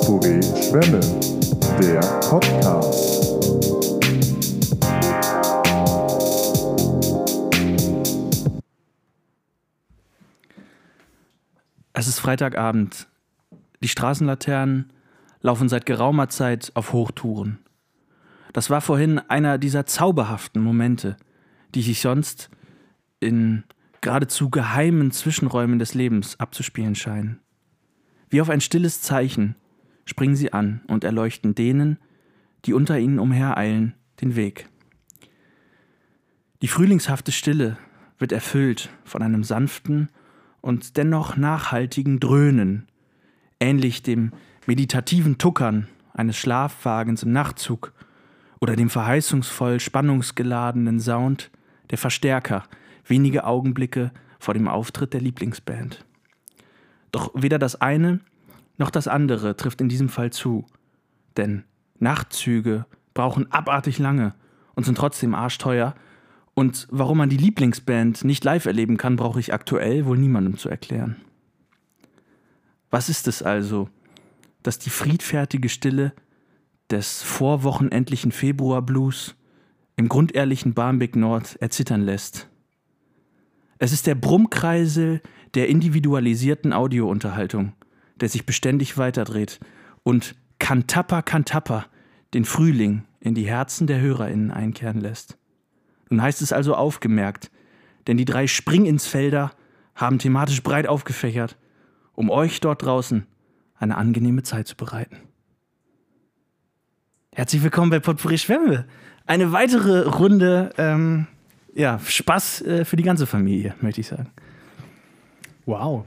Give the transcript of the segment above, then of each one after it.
Potpourri Schwämme, der Podcast. Es ist Freitagabend. Die Straßenlaternen laufen seit geraumer Zeit auf Hochtouren. Das war vorhin einer dieser zauberhaften Momente, die sich sonst in geradezu geheimen Zwischenräumen des Lebens abzuspielen scheinen. Wie auf ein stilles Zeichen springen sie an und erleuchten denen, die unter ihnen umhereilen, den Weg. Die frühlingshafte Stille wird erfüllt von einem sanften und dennoch nachhaltigen Dröhnen, ähnlich dem meditativen Tuckern eines Schlafwagens im Nachtzug oder dem verheißungsvoll spannungsgeladenen Sound der Verstärker wenige Augenblicke vor dem Auftritt der Lieblingsband. Doch weder das eine noch das andere trifft in diesem Fall zu, denn Nachtzüge brauchen abartig lange und sind trotzdem arschteuer. Und warum man die Lieblingsband nicht live erleben kann, brauche ich aktuell wohl niemandem zu erklären. Was ist es also, das die friedfertige Stille des vorwochenendlichen Februarblues im grundehrlichen Barmbek Nord erzittern lässt? Es ist der Brummkreisel der individualisierten Audiounterhaltung, der sich beständig weiterdreht und Kantapper den Frühling in die Herzen der HörerInnen einkehren lässt. Nun heißt es also aufgemerkt, denn die 3 Springinsfelder haben thematisch breit aufgefächert, um euch dort draußen eine angenehme Zeit zu bereiten. Herzlich willkommen bei Potpourri Schwämme. Eine weitere Runde Spaß für die ganze Familie, möchte ich sagen. Wow.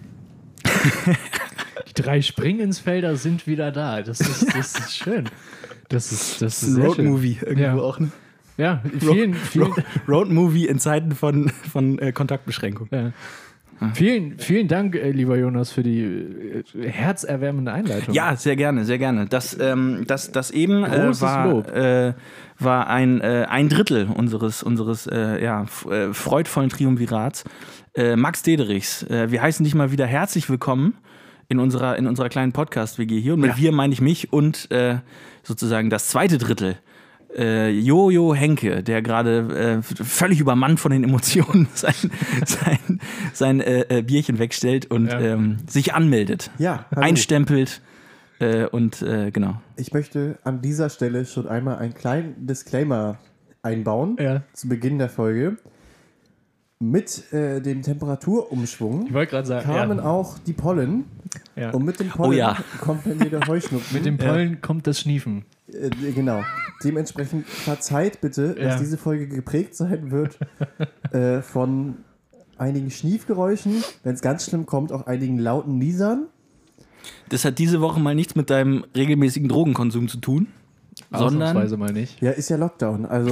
Die 3 Springinsfelder sind wieder da. Das ist schön. Das ist ein Roadmovie irgendwo auch, ne? Ja, vielen Roadmovie in Zeiten von Kontaktbeschränkung. Ja. Vielen Dank, lieber Jonas, für die herzerwärmende Einleitung. Ja, sehr gerne, sehr gerne. Das eben war ein Drittel unseres freudvollen Triumvirats. Max Dederichs, wir heißen dich mal wieder herzlich willkommen in unserer kleinen Podcast-WG hier. Und mit wir meine ich mich und sozusagen das zweite Drittel. Jojo Henke, der gerade völlig übermannt von den Emotionen sein Bierchen wegstellt und sich anmeldet. Ja, hallo. Einstempelt genau. Ich möchte an dieser Stelle schon einmal einen kleinen Disclaimer einbauen zu Beginn der Folge. Mit dem Temperaturumschwung ich wollte gerade sagen, kamen auch die Pollen. Ja. Und mit dem Pollen kommt dann wieder Heuschnupfen. Mit dem Pollen kommt das Schniefen. Genau. Dementsprechend verzeiht bitte, dass diese Folge geprägt sein wird von einigen Schniefgeräuschen. Wenn es ganz schlimm kommt, auch einigen lauten Niesern. Das hat diese Woche mal nichts mit deinem regelmäßigen Drogenkonsum zu tun. Ausnahmsweise mal nicht. Ja, ist ja Lockdown. Also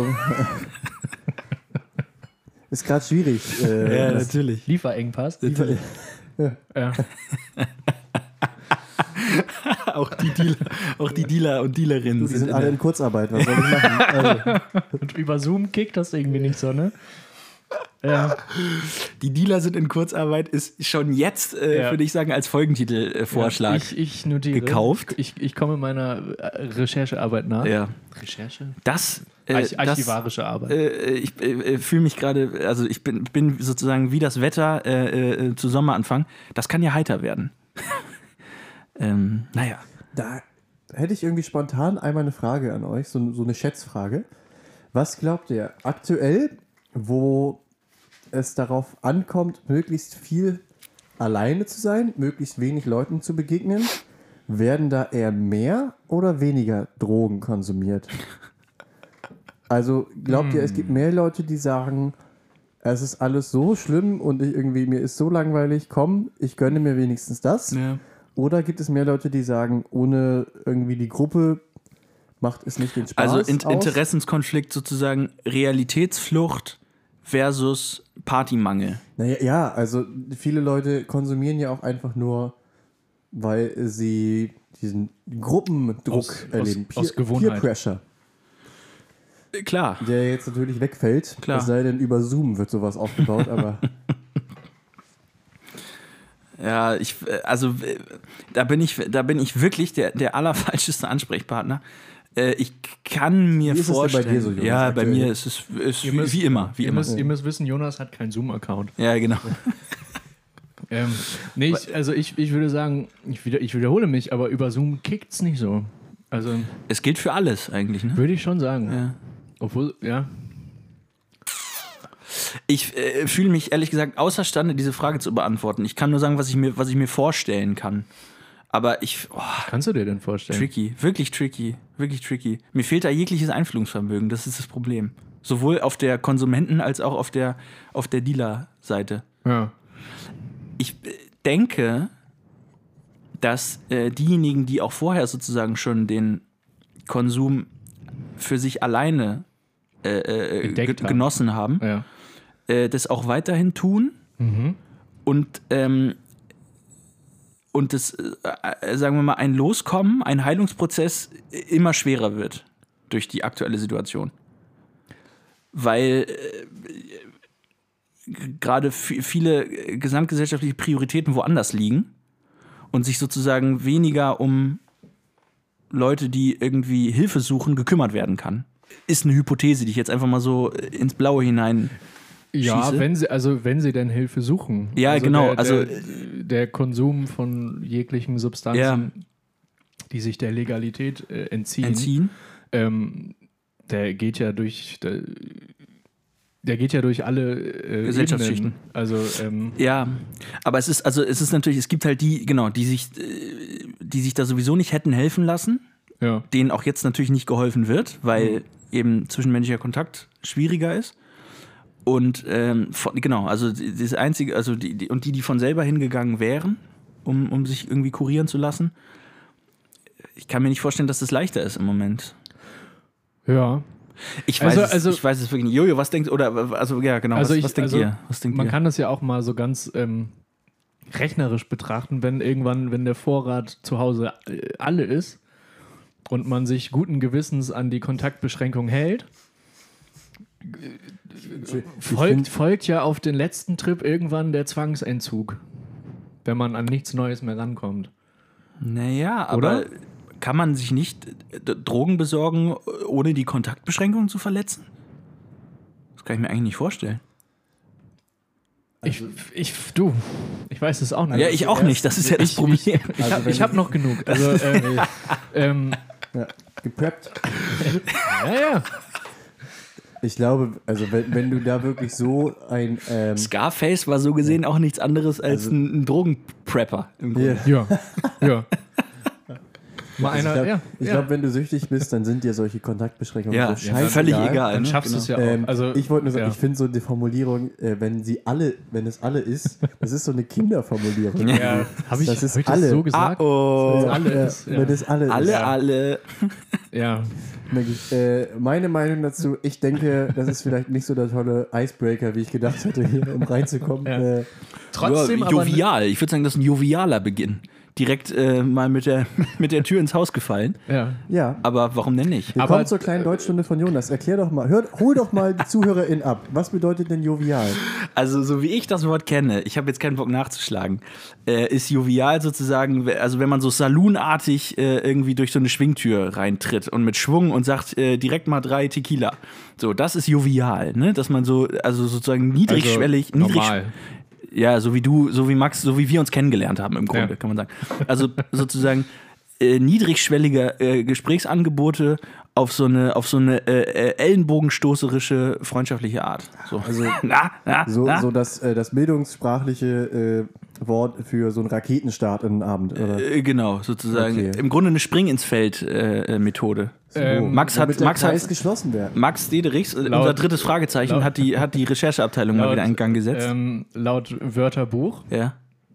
ist gerade schwierig. Ja, natürlich. Lieferengpass. Ja. Auch die Dealer und Dealerinnen Die sind alle in Kurzarbeit. Was soll ich machen? Also. Und über Zoom kickt das irgendwie nicht so, ne? Ja. Die Dealer sind in Kurzarbeit ist schon jetzt, würde ich sagen, als Folgentitel-Vorschlag ich notiere. gekauft. Ich komme meiner Recherchearbeit nach. Ja. Recherche? Archivarische Arbeit. Ich fühle mich gerade, also ich bin sozusagen wie das Wetter zu Sommeranfang. Das kann ja heiter werden. Naja. Da hätte ich irgendwie spontan einmal eine Frage an euch, so eine Schätzfrage. Was glaubt ihr aktuell, wo es darauf ankommt, möglichst viel alleine zu sein, möglichst wenig Leuten zu begegnen, werden da eher mehr oder weniger Drogen konsumiert? Also glaubt ihr, es gibt mehr Leute, die sagen, es ist alles so schlimm und mir ist so langweilig, komm, ich gönne mir wenigstens das? Ja. Oder gibt es mehr Leute, die sagen, ohne irgendwie die Gruppe macht es nicht den Spaß Also aus? Interessenskonflikt sozusagen Realitätsflucht versus Partymangel. Naja, ja, also viele Leute konsumieren ja auch einfach nur, weil sie diesen Gruppendruck erleben. Aus Gewohnheit. Peer Pressure. Klar. Der jetzt natürlich wegfällt. Klar. Es sei denn, über Zoom wird sowas aufgebaut, aber... Ja, da bin ich wirklich der allerfalscheste Ansprechpartner. Ich kann mir Wie ist es denn vorstellen. bei dir so, Jonas, ja, bei aktuell? mir ist es wie immer. Ihr müsst wissen, Jonas hat keinen Zoom-Account. Ja, genau. Nee, ich würde sagen, ich wiederhole mich, aber über Zoom kickt's nicht so. Also Es gilt für alles eigentlich, ne? würde ich schon sagen. Ja. Obwohl, ja. Ich fühle mich ehrlich gesagt außerstande, diese Frage zu beantworten. Ich kann nur sagen, was ich mir vorstellen kann. Aber Kannst du dir denn vorstellen? tricky, wirklich tricky. Mir fehlt da jegliches Einfühlungsvermögen, das ist das Problem. Sowohl auf der Konsumenten- als auch auf der Dealer-Seite. Ja. Ich denke, dass diejenigen, die auch vorher sozusagen schon den Konsum für sich alleine Entdeckt haben. genossen haben, Ja. das auch weiterhin tun und das, sagen wir mal, ein Loskommen, ein Heilungsprozess immer schwerer wird durch die aktuelle Situation. Weil gerade viele gesamtgesellschaftliche Prioritäten woanders liegen und sich sozusagen weniger um Leute, die irgendwie Hilfe suchen, gekümmert werden kann. Ist eine Hypothese, die ich jetzt einfach mal so ins Blaue hinein Ja, schieße. wenn sie denn Hilfe suchen. Ja, genau, Der Konsum von jeglichen Substanzen, die sich der Legalität entziehen. Der geht ja durch alle Gesellschaftsschichten. Ebenen. Also Ja, aber es ist natürlich, es gibt halt die sich da sowieso nicht hätten helfen lassen, ja. denen auch jetzt natürlich nicht geholfen wird, weil eben zwischenmenschlicher Kontakt schwieriger ist. Und also das Einzige, also die von selber hingegangen wären, um sich irgendwie kurieren zu lassen. Ich kann mir nicht vorstellen, dass das leichter ist im Moment. Ja. Ich weiß Also- es wirklich nicht. Jojo, was denkt, ja genau, was denkt ihr? Was denkt Man ihr? kann das ja auch mal so ganz rechnerisch betrachten, wenn der Vorrat zu Hause alle ist und man sich guten Gewissens an die Kontaktbeschränkung hält, folgt ja auf den letzten Trip irgendwann der Zwangsentzug, wenn man an nichts Neues mehr rankommt. Naja, aber Oder? kann man sich nicht Drogen besorgen, ohne die Kontaktbeschränkungen zu verletzen? Das kann ich mir eigentlich nicht vorstellen. Ich weiß es auch nicht. Ja, ich auch nicht, das ist ja das Problem. Ich habe noch genug. Also, Ja, gepreppt. ja. Ich glaube, also wenn du da wirklich so ein Scarface war so gesehen auch nichts anderes als ein Drogenprepper im Grunde. Ja. Mal Also einer, ich glaube, wenn du süchtig bist, dann sind dir solche Kontaktbeschränkungen Ja, so scheißegal. völlig egal. Dann ne? schaffst du es ja auch. Also, Ich wollte nur sagen, ja. ich finde so die Formulierung, wenn es alle ist, das ist so eine Kinderformulierung. Ja, habe ich Das ist heute alle. so gesagt? Oh, Wenn alle ist, ja. Wenn es alle ist. alle. Ja. Meine Meinung dazu, ich denke, das ist vielleicht nicht so der tolle Icebreaker, wie ich gedacht hätte, hier, um reinzukommen. Ja. Trotzdem Ja, aber jovial. Ich würde sagen, das ist ein jovialer Beginn. Direkt mal mit der Tür ins Haus gefallen. Ja. Aber warum denn nicht? Willkommen Aber- zur kleinen Deutschstunde von Jonas. Erklär doch mal, hol doch mal die ZuhörerInnen ab. Was bedeutet denn jovial? Also, so wie ich das Wort kenne, ich habe jetzt keinen Bock nachzuschlagen, ist jovial sozusagen, also wenn man so saloonartig irgendwie durch so eine Schwingtür reintritt und mit Schwung und sagt, direkt mal 3 Tequila. So, das ist jovial, ne? Dass man so, also sozusagen niedrigschwellig, normal. Ja, so wie Max, so wie wir uns kennengelernt haben im Grunde, Ja. kann man sagen. Also sozusagen niedrigschwellige Gesprächsangebote auf so eine ellenbogenstoßerische, freundschaftliche Art. So. Also na? so das bildungssprachliche Wort für so einen Raketenstart in den Abend, oder? Genau, sozusagen. Okay. Im Grunde eine Spring ins Feld Methode. Max Damit der Kreis hat geschlossen werden. Max Dederichs, unser drittes Fragezeichen, hat die Rechercheabteilung mal wieder in Gang gesetzt. Laut Wörterbuch Ja.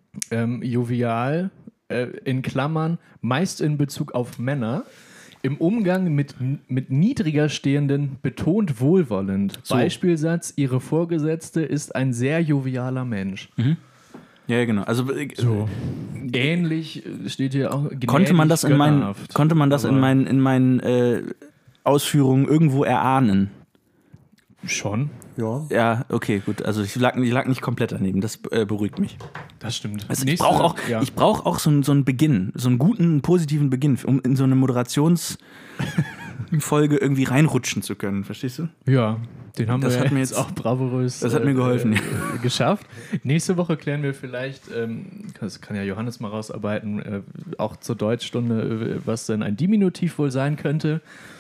jovial in Klammern meist in Bezug auf Männer. Im Umgang mit niedriger Stehenden betont wohlwollend. So. Beispielsatz, ihre Vorgesetzte ist ein sehr jovialer Mensch. Ja, genau. Also So. Ähnlich steht hier auch. konnte man das in meinen Aber- Ausführungen irgendwo erahnen? Schon. Ja. Ja, okay, gut. Also ich lag nicht komplett daneben. Das beruhigt mich. Das stimmt. Also ich brauche auch so einen Beginn, so einen guten, positiven Beginn, um in so eine Moderationsfolge irgendwie reinrutschen zu können. Verstehst du? Ja, den haben Das wir hat mir jetzt jetzt- auch bravourös das hat mir geholfen, geschafft. Nächste Woche klären wir vielleicht, das kann ja Johannes mal rausarbeiten, auch zur Deutschstunde, was denn ein Diminutiv wohl sein könnte.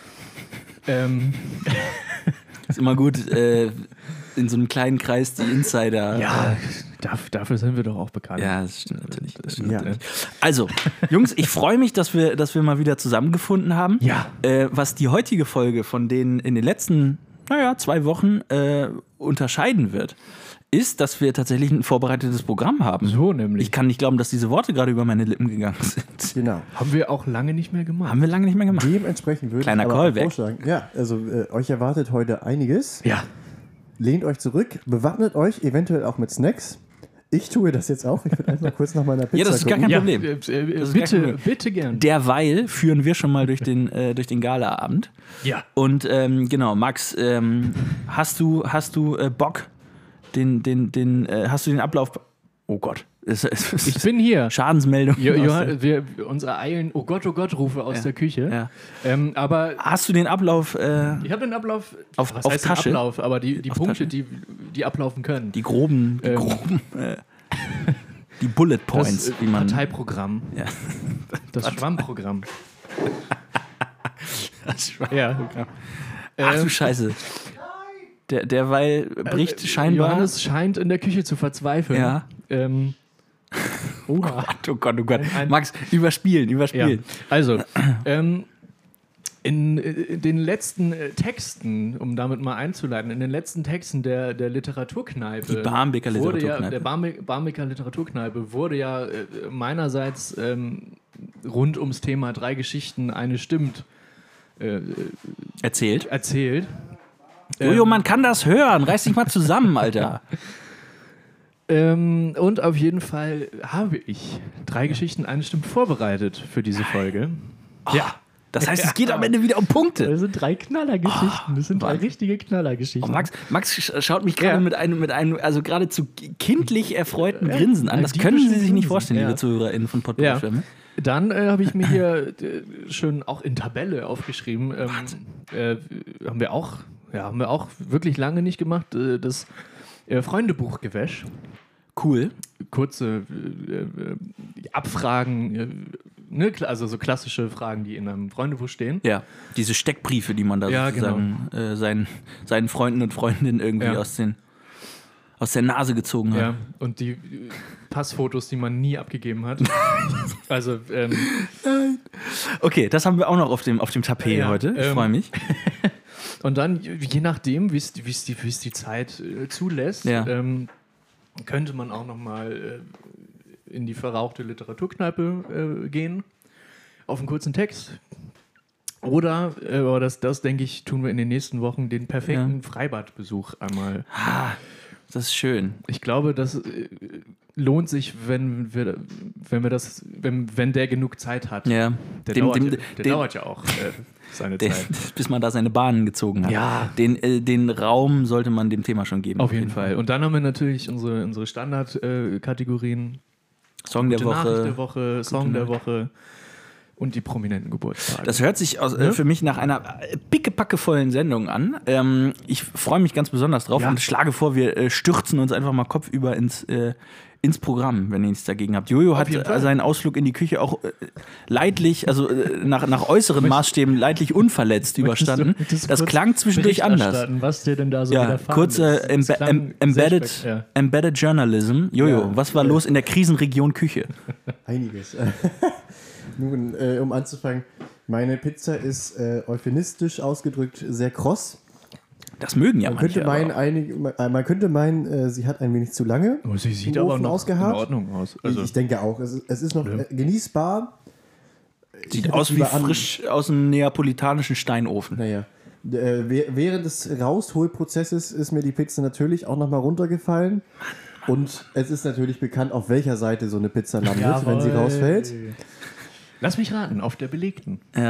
Ist immer gut, in so einem kleinen Kreis die Insider. Ja, dafür sind wir doch auch bekannt. Ja, das stimmt natürlich. Ja. Also, Jungs, ich freue mich, dass wir mal wieder zusammengefunden haben. Ja. Was die heutige Folge von denen in den letzten, 2 Wochen unterscheiden wird, ist, dass wir tatsächlich ein vorbereitetes Programm haben. So nämlich. Ich kann nicht glauben, dass diese Worte gerade über meine Lippen gegangen sind. Genau. Haben wir auch lange nicht mehr gemacht. Haben wir lange nicht mehr gemacht. Dementsprechend würde Kleiner ich aber auch Callback. vorschlagen. Ja, also euch erwartet heute einiges. Ja. Lehnt euch zurück, bewaffnet euch, eventuell auch mit Snacks. Ich tue das jetzt auch. Ich würde einfach kurz nach meiner Pizza Ja, das ist gar kein gucken. Problem. Ja, ist gar kein Problem. bitte gern. Derweil führen wir schon mal durch den Galaabend. Ja. Und genau, Max, hast du Bock, hast du den Ablauf? Oh Gott, Ich bin hier. Schadensmeldung. Unsere Oh Gott, Rufe aus der Küche. Ja. Aber Hast du den Ablauf? ich habe den Ablauf, Auf was heißt Tasche? den Ablauf, aber die Auf Punkte, Tasche? die ablaufen können. Die groben, die Bullet Points, Das wie man. Parteiprogramm. Ja. Das Schwammprogramm. Ja. Ach du Scheiße. Derweil bricht scheinbar. Johannes scheint in der Küche zu verzweifeln. Ja. Oh Oh Gott. Ein- Max, überspielen. Ja. Also, in den letzten Texten, um damit mal einzuleiten, in den letzten Texten der Literaturkneipe. Die Barmbeker wurde Literaturkneipe. Ja, der Barmbeker Literaturkneipe wurde ja meinerseits rund ums Thema 3 Geschichten, eine stimmt Erzählt. erzählt. Jojo, man kann das hören. Reiß dich mal zusammen, Alter. Und auf jeden Fall habe ich 3 Geschichten, eine stimmt vorbereitet für diese Folge. Ja. Das heißt, es geht am Ende wieder um Punkte. Das sind 3 Knallergeschichten. Das sind 3 richtige Knallergeschichten. Oh, Max schaut mich gerade mit einem, also geradezu kindlich erfreuten Grinsen an. Das können Sie sich nicht vorstellen, liebe ZuhörerInnen von Podcast. Ja. Dann habe ich mir hier schön auch in Tabelle aufgeschrieben. Haben wir auch wirklich lange nicht gemacht. Das Freundebuchgewäsch. Cool. Kurze Abfragen, also so klassische Fragen, die in einem Freundebuch stehen. Ja, diese Steckbriefe, die man da Ja, sozusagen seinen Freunden und Freundinnen irgendwie Ja. aus der Nase gezogen hat. Ja, und die Passfotos, die man nie abgegeben hat. Also, Okay, das haben wir auch noch auf dem Tapet Ja, heute. Ich freue mich. und dann, je nachdem, wie es die Zeit zulässt, Ja. könnte man auch nochmal in die verrauchte Literaturkneipe gehen, auf einen kurzen Text. Oder, aber das denke ich, tun wir in den nächsten Wochen, den perfekten Freibadbesuch einmal. Das ist schön. Ich glaube, das lohnt sich, wenn der genug Zeit hat. Ja. Der Dem- dauert ja auch seine Zeit. Bis man da seine Bahnen gezogen hat. Ja. Den Raum sollte man dem Thema schon geben. Auf jeden Fall. Und dann haben wir natürlich unsere Standardkategorien. Song der Nachricht der Woche. Woche, Song der Woche und die prominenten Geburtstage. Das hört sich für mich nach einer pickepackevollen Sendung an. Ich freue mich ganz besonders drauf und schlage vor, wir stürzen uns einfach mal kopfüber ins Programm, wenn ihr nichts dagegen habt. Jojo hat jeden Fall. seinen Ausflug in die Küche auch leidlich, also nach äußeren Maßstäben leidlich unverletzt überstanden. Möchtest du Das kurz klang zwischendurch Bericht anders. erstatten, was dir denn da so Ja, widerfahren kurz ist? Das klang sehr Embedded Journalism. Jojo, Ja. was war los in der Krisenregion Küche? Einiges. Nun, um anzufangen, meine Pizza ist euphemistisch ausgedrückt sehr kross. Das mögen ja Man könnte manche. man könnte meinen, sie hat ein wenig zu lange Oh, sie sieht im aber Ofen noch ausgeharrt. in Ordnung aus. Also, Ich denke auch, es ist noch genießbar. Sieht hätte aus es wie lieber an- frisch aus einem neapolitanischen Steinofen. Naja, während des Rausholprozesses ist mir die Pizza natürlich auch nochmal runtergefallen. Und es ist natürlich bekannt, auf welcher Seite so eine Pizza landet, wenn sie rausfällt. Lass mich raten, auf der belegten. Ja.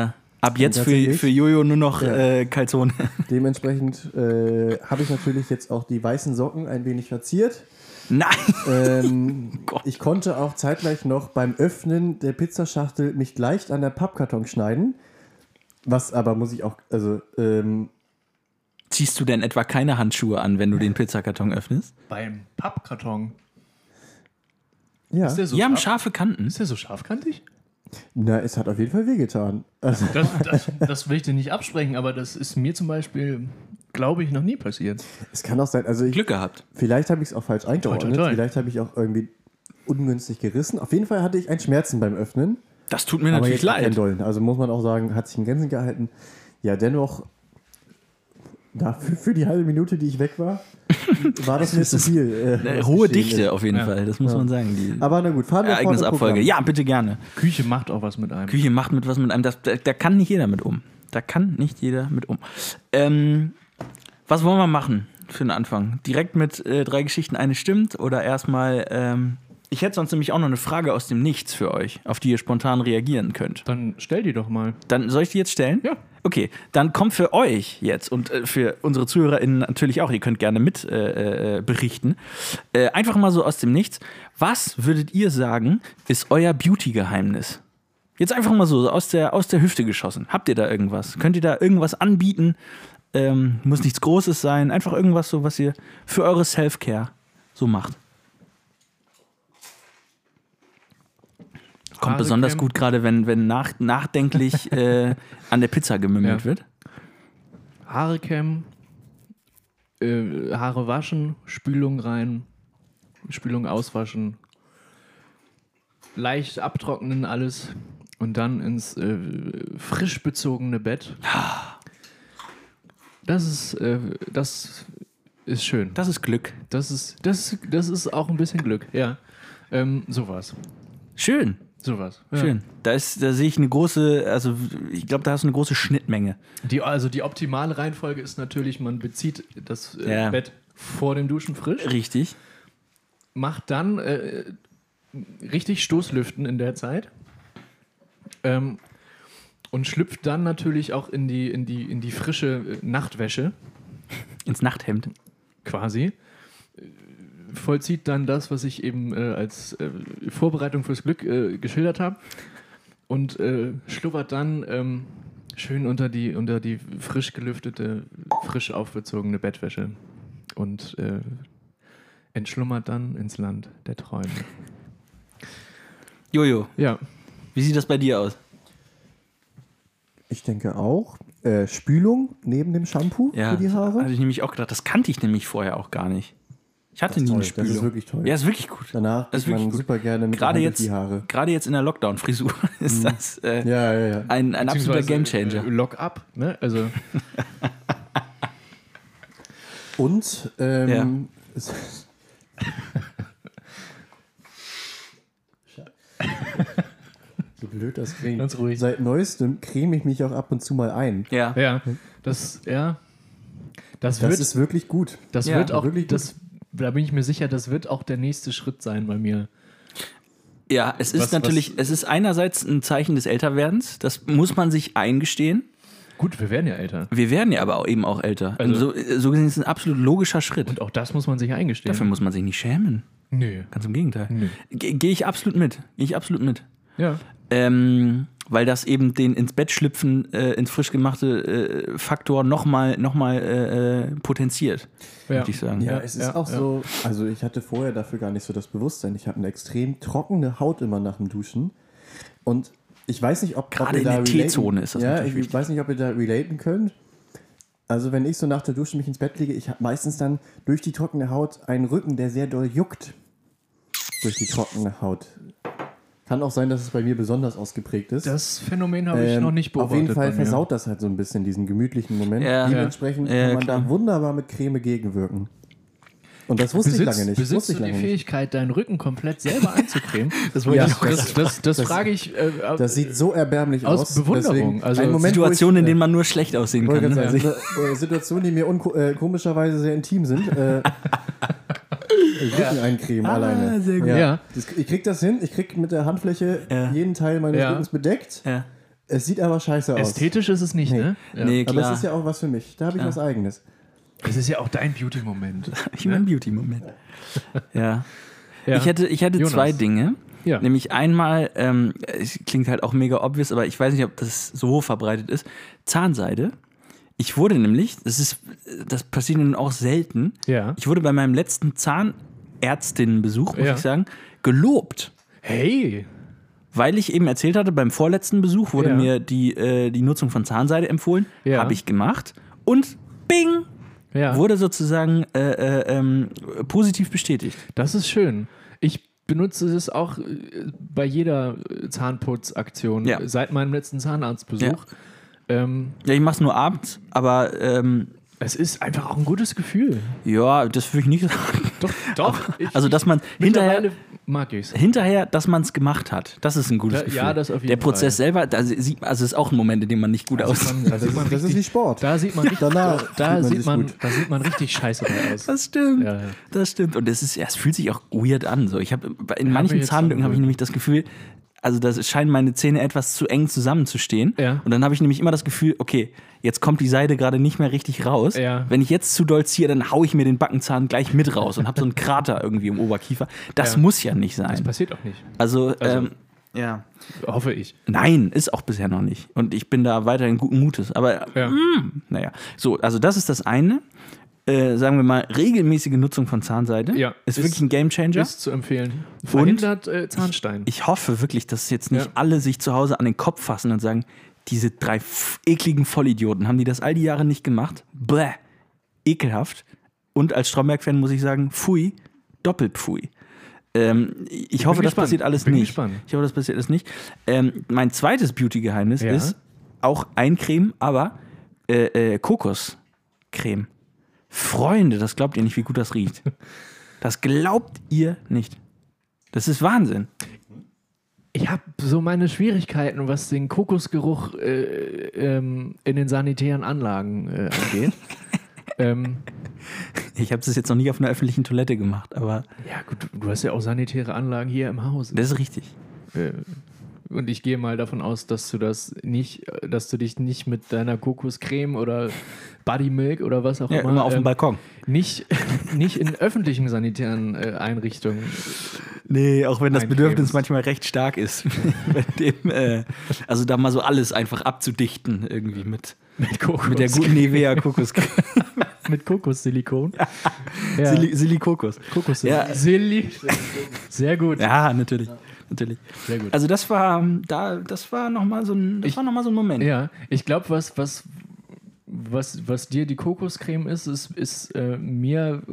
Ab jetzt tatsächlich- für Jojo nur noch Calzone. Dementsprechend habe ich natürlich jetzt auch die weißen Socken ein wenig verziert. Nein! Gott. Ich konnte auch zeitgleich noch beim Öffnen der Pizzaschachtel mich leicht an der Pappkarton schneiden. Was aber muss ich auch, also Ziehst du denn etwa keine Handschuhe an, wenn du den Pizzakarton öffnest? Beim Pappkarton. ja, Ist der so Die haben scharf? scharfe Kanten. Ist der so scharfkantig? na, es hat auf jeden Fall wehgetan. Also, Das will ich dir nicht absprechen, aber das ist mir zum Beispiel, glaube ich, noch nie passiert. es kann auch sein, also Glück gehabt. vielleicht habe ich es auch falsch eingeordnet, toi. vielleicht habe ich auch irgendwie ungünstig gerissen. Auf jeden Fall hatte ich ein Schmerzen beim Öffnen. Das tut mir Aber natürlich jetzt auch keinen leid. dollen. Also muss man auch sagen, hat sich in Grenzen gehalten. Ja, dennoch, für die halbe Minute, die ich weg war das mir zu viel. was Hohe geschehen Dichte ist. auf jeden Fall, das muss man sagen. Die Aber na gut, fahren wir fort im Ereignisabfolge. Programm. Ja, bitte gerne. Küche macht auch was mit einem. Küche macht mit was mit einem. Da kann nicht jeder mit um. Was wollen wir machen für den Anfang? Direkt mit 3 Geschichten, eine stimmt? Oder erstmal. Ich hätte sonst nämlich auch noch eine Frage aus dem Nichts für euch, auf die ihr spontan reagieren könnt. Dann stell die doch mal. Dann soll ich die jetzt stellen? Ja. Okay, dann kommt für euch jetzt und für unsere ZuhörerInnen natürlich auch, ihr könnt gerne mit berichten. Einfach mal so aus dem Nichts. Was würdet ihr sagen, ist euer Beauty-Geheimnis? Jetzt einfach mal so aus der Hüfte geschossen. Habt ihr da irgendwas? Könnt ihr da irgendwas anbieten? Muss nichts Großes sein. Einfach irgendwas so, was ihr für eure Self-Care so macht. Kommt Haare besonders kämmen. gut gerade, wenn nachdenklich an der Pizza gemümmelt Ja. wird. Haare kämmen, Haare waschen, Spülung rein, Spülung auswaschen, leicht abtrocknen alles und dann ins frisch bezogene Bett. Das ist schön. Das ist Glück. Das ist auch ein bisschen Glück, ja. Sowas. Schön. Sowas. Ja. Schön. Da sehe ich eine große, also ich glaube, da hast du eine große Schnittmenge. Die optimale Reihenfolge ist natürlich, man bezieht das Ja. Bett vor dem Duschen frisch, Richtig. macht dann richtig Stoßlüften in der Zeit und schlüpft dann natürlich auch in die frische Nachtwäsche Ins Nachthemd. quasi. Vollzieht dann das, was ich eben als Vorbereitung fürs Glück geschildert habe und schlubbert dann schön unter die frisch gelüftete, frisch aufbezogene Bettwäsche und entschlummert dann ins Land der Träume. Jojo, Ja, wie sieht das bei dir aus? Ich denke auch. Spülung neben dem Shampoo für die Haare. hatte ich nämlich auch gedacht. Das kannte ich nämlich vorher auch gar nicht. Ich hatte Das ist nie eine toll, das Spülung. ist wirklich toll. Ja, ist wirklich gut. Danach Das ist geht man wirklich gut. super gerne mit Gerade der Hand jetzt, durch die Haare. gerade jetzt in der Lockdown-Frisur ist das Ja. ein absoluter Gamechanger. Lock up, ne? Also Und so blöd das klingt. Ganz ruhig. Seit neuestem creme ich mich auch ab und zu mal ein. Ja. das Das wird ist wirklich gut. das Ja, wird auch wirklich gut. da bin ich mir sicher, das wird auch der nächste Schritt sein bei mir. Ja, es ist natürlich, es ist einerseits ein Zeichen des Älterwerdens, das muss man sich eingestehen. Gut, wir werden ja älter. Wir werden ja aber auch eben auch älter. Also- so gesehen ist es ein absolut logischer Schritt. Und auch das muss man sich eingestehen. Dafür muss man sich nicht schämen. Nö. Ganz im Gegenteil. Nö. Gehe ich absolut mit. Ja. Weil das eben den ins Bett schlüpfen, ins frisch gemachte Faktor nochmal potenziert, würde ich sagen. Ja, es ist auch so, also ich hatte vorher dafür gar nicht so das Bewusstsein. Ich habe eine extrem trockene Haut immer nach dem Duschen. Und ich weiß nicht, ob Gerade ihr in da der T-Zone ist das ja, natürlich ich wichtig. weiß nicht, ob ihr da relaten könnt. Also wenn ich so nach der Dusche mich ins Bett lege, ich habe meistens dann durch die trockene Haut einen Rücken, der sehr doll juckt. Durch die trockene Haut. Kann auch sein, dass es bei mir besonders ausgeprägt ist. Das Phänomen habe ich noch nicht beobachtet. Auf jeden Fall bei mir. versaut das halt so ein bisschen diesen gemütlichen Moment. Ja. Dementsprechend Ja, kann man klar. da wunderbar mit Creme gegenwirken. Und das wusste ich lange nicht. Besitzt Wusste ich du die lange nicht. Fähigkeit, deinen Rücken komplett selber einzucremen? Das Ja, Das frage ich Das sieht so erbärmlich aus aus. Bewunderung. Deswegen Also ein Moment, Situationen, in wo ich, denen man nur schlecht aussehen wollte kann. gerade Ne? sagen, Situationen, die mir komischerweise sehr intim sind. Rücken eincremen alleine. sehr gut. Ja. Ich krieg das hin. Ich krieg mit der Handfläche Ja. jeden Teil meines Ja. Rückens bedeckt. Ja. Es sieht aber scheiße aus. Ästhetisch ist es nicht, ne? Ja. Nee, Aber klar. es ist ja auch was für mich. Da habe ich was Eigenes. Es ist ja auch dein Beauty-Moment. Ich mein Beauty-Moment. Ja. Ja. Ich hätte Jonas. 2 Dinge. Ja. Nämlich einmal, es klingt halt auch mega obvious, aber ich weiß nicht, ob das so verbreitet ist, Zahnseide. Ich wurde nämlich, das passiert nun auch selten, Ja. ich wurde bei meinem letzten Zahnärztinnenbesuch, muss Ja. ich sagen, gelobt. Hey! Weil ich eben erzählt hatte, beim vorletzten Besuch wurde Ja. mir die Nutzung von Zahnseide empfohlen. Ja. Habe ich gemacht. Und bing! Ja. Wurde sozusagen positiv bestätigt. Das ist schön. Ich benutze es auch bei jeder Zahnputzaktion Ja. seit meinem letzten Zahnarztbesuch. Ja, ich mache es nur abends, aber Es ist einfach auch ein gutes Gefühl. ja, das würde ich nicht sagen. Doch. Also, dass man Mittlerweile mag ich es. hinterher, dass man es gemacht hat, das ist ein gutes Ja, Gefühl. ja, das auf jeden Der Prozess Fall. selber, also ist auch ein Moment, in dem man nicht gut aussieht. Das ist wie Sport. Da sieht man richtig, Danach da fühlt man sieht sich man, gut. da sieht man richtig scheiße bei aus. Das stimmt. Ja, ja. Das stimmt. Und es fühlt sich auch weird an. So. Ich habe in Ja, manchen hab ich jetzt Zahnlücken habe ich angewöhnt. nämlich das Gefühl, also das scheinen meine Zähne etwas zu eng zusammenzustehen. Ja. Und dann habe ich nämlich immer das Gefühl, okay, jetzt kommt die Seide gerade nicht mehr richtig raus. Ja. Wenn ich jetzt zu doll ziehe, dann haue ich mir den Backenzahn gleich mit raus und habe so einen Krater irgendwie im Oberkiefer. Das Ja. muss ja nicht Das sein. passiert auch nicht. Also, Also- ja. Hoffe ich. Nein, ist auch bisher noch nicht. Und ich bin da weiterhin guten Mutes. Aber Ja. naja. So, also das ist das eine. Sagen wir mal, regelmäßige Nutzung von Zahnseide. Ja. Ist wirklich ein Gamechanger. Ist zu empfehlen. Verhindert Zahnstein. Ich hoffe wirklich, dass jetzt nicht Ja. alle sich zu Hause an den Kopf fassen und sagen, diese 3 ekligen Vollidioten, haben die das all die Jahre nicht gemacht? Bäh, ekelhaft. Und als Stromberg-Fan muss ich sagen, pfui, doppelt pfui. Ich hoffe, das gespannt. passiert alles Bin nicht. gespannt. Ich hoffe, das passiert alles nicht. Mein zweites Beauty-Geheimnis Ja. ist auch Eincreme, aber Kokoscreme. Freunde, das glaubt ihr nicht, wie gut das riecht. Das glaubt ihr nicht. Das ist Wahnsinn. Ich habe so meine Schwierigkeiten, was den Kokosgeruch in den sanitären Anlagen angeht. Ich habe das jetzt noch nie auf einer öffentlichen Toilette gemacht, aber Ja, gut, du hast ja auch sanitäre Anlagen hier im Haus. das ist richtig. Und ich gehe mal davon aus, dass du dich nicht mit deiner Kokoscreme oder Body Milk oder was auch Ja, immer auf dem Balkon. nicht in öffentlichen sanitären Einrichtungen. Nee, auch wenn das Eincremes. Bedürfnis manchmal recht stark ist. Also da mal so alles einfach abzudichten irgendwie mit Kokos. der guten Nivea Kokoscreme. mit Kokossilikon. Ja. Silikokos. Kokossilikon. Ja. Sehr gut. Ja, natürlich. Sehr gut. Also das war nochmal so ein Moment. Ja, ich glaube, was dir die Kokoscreme ist mir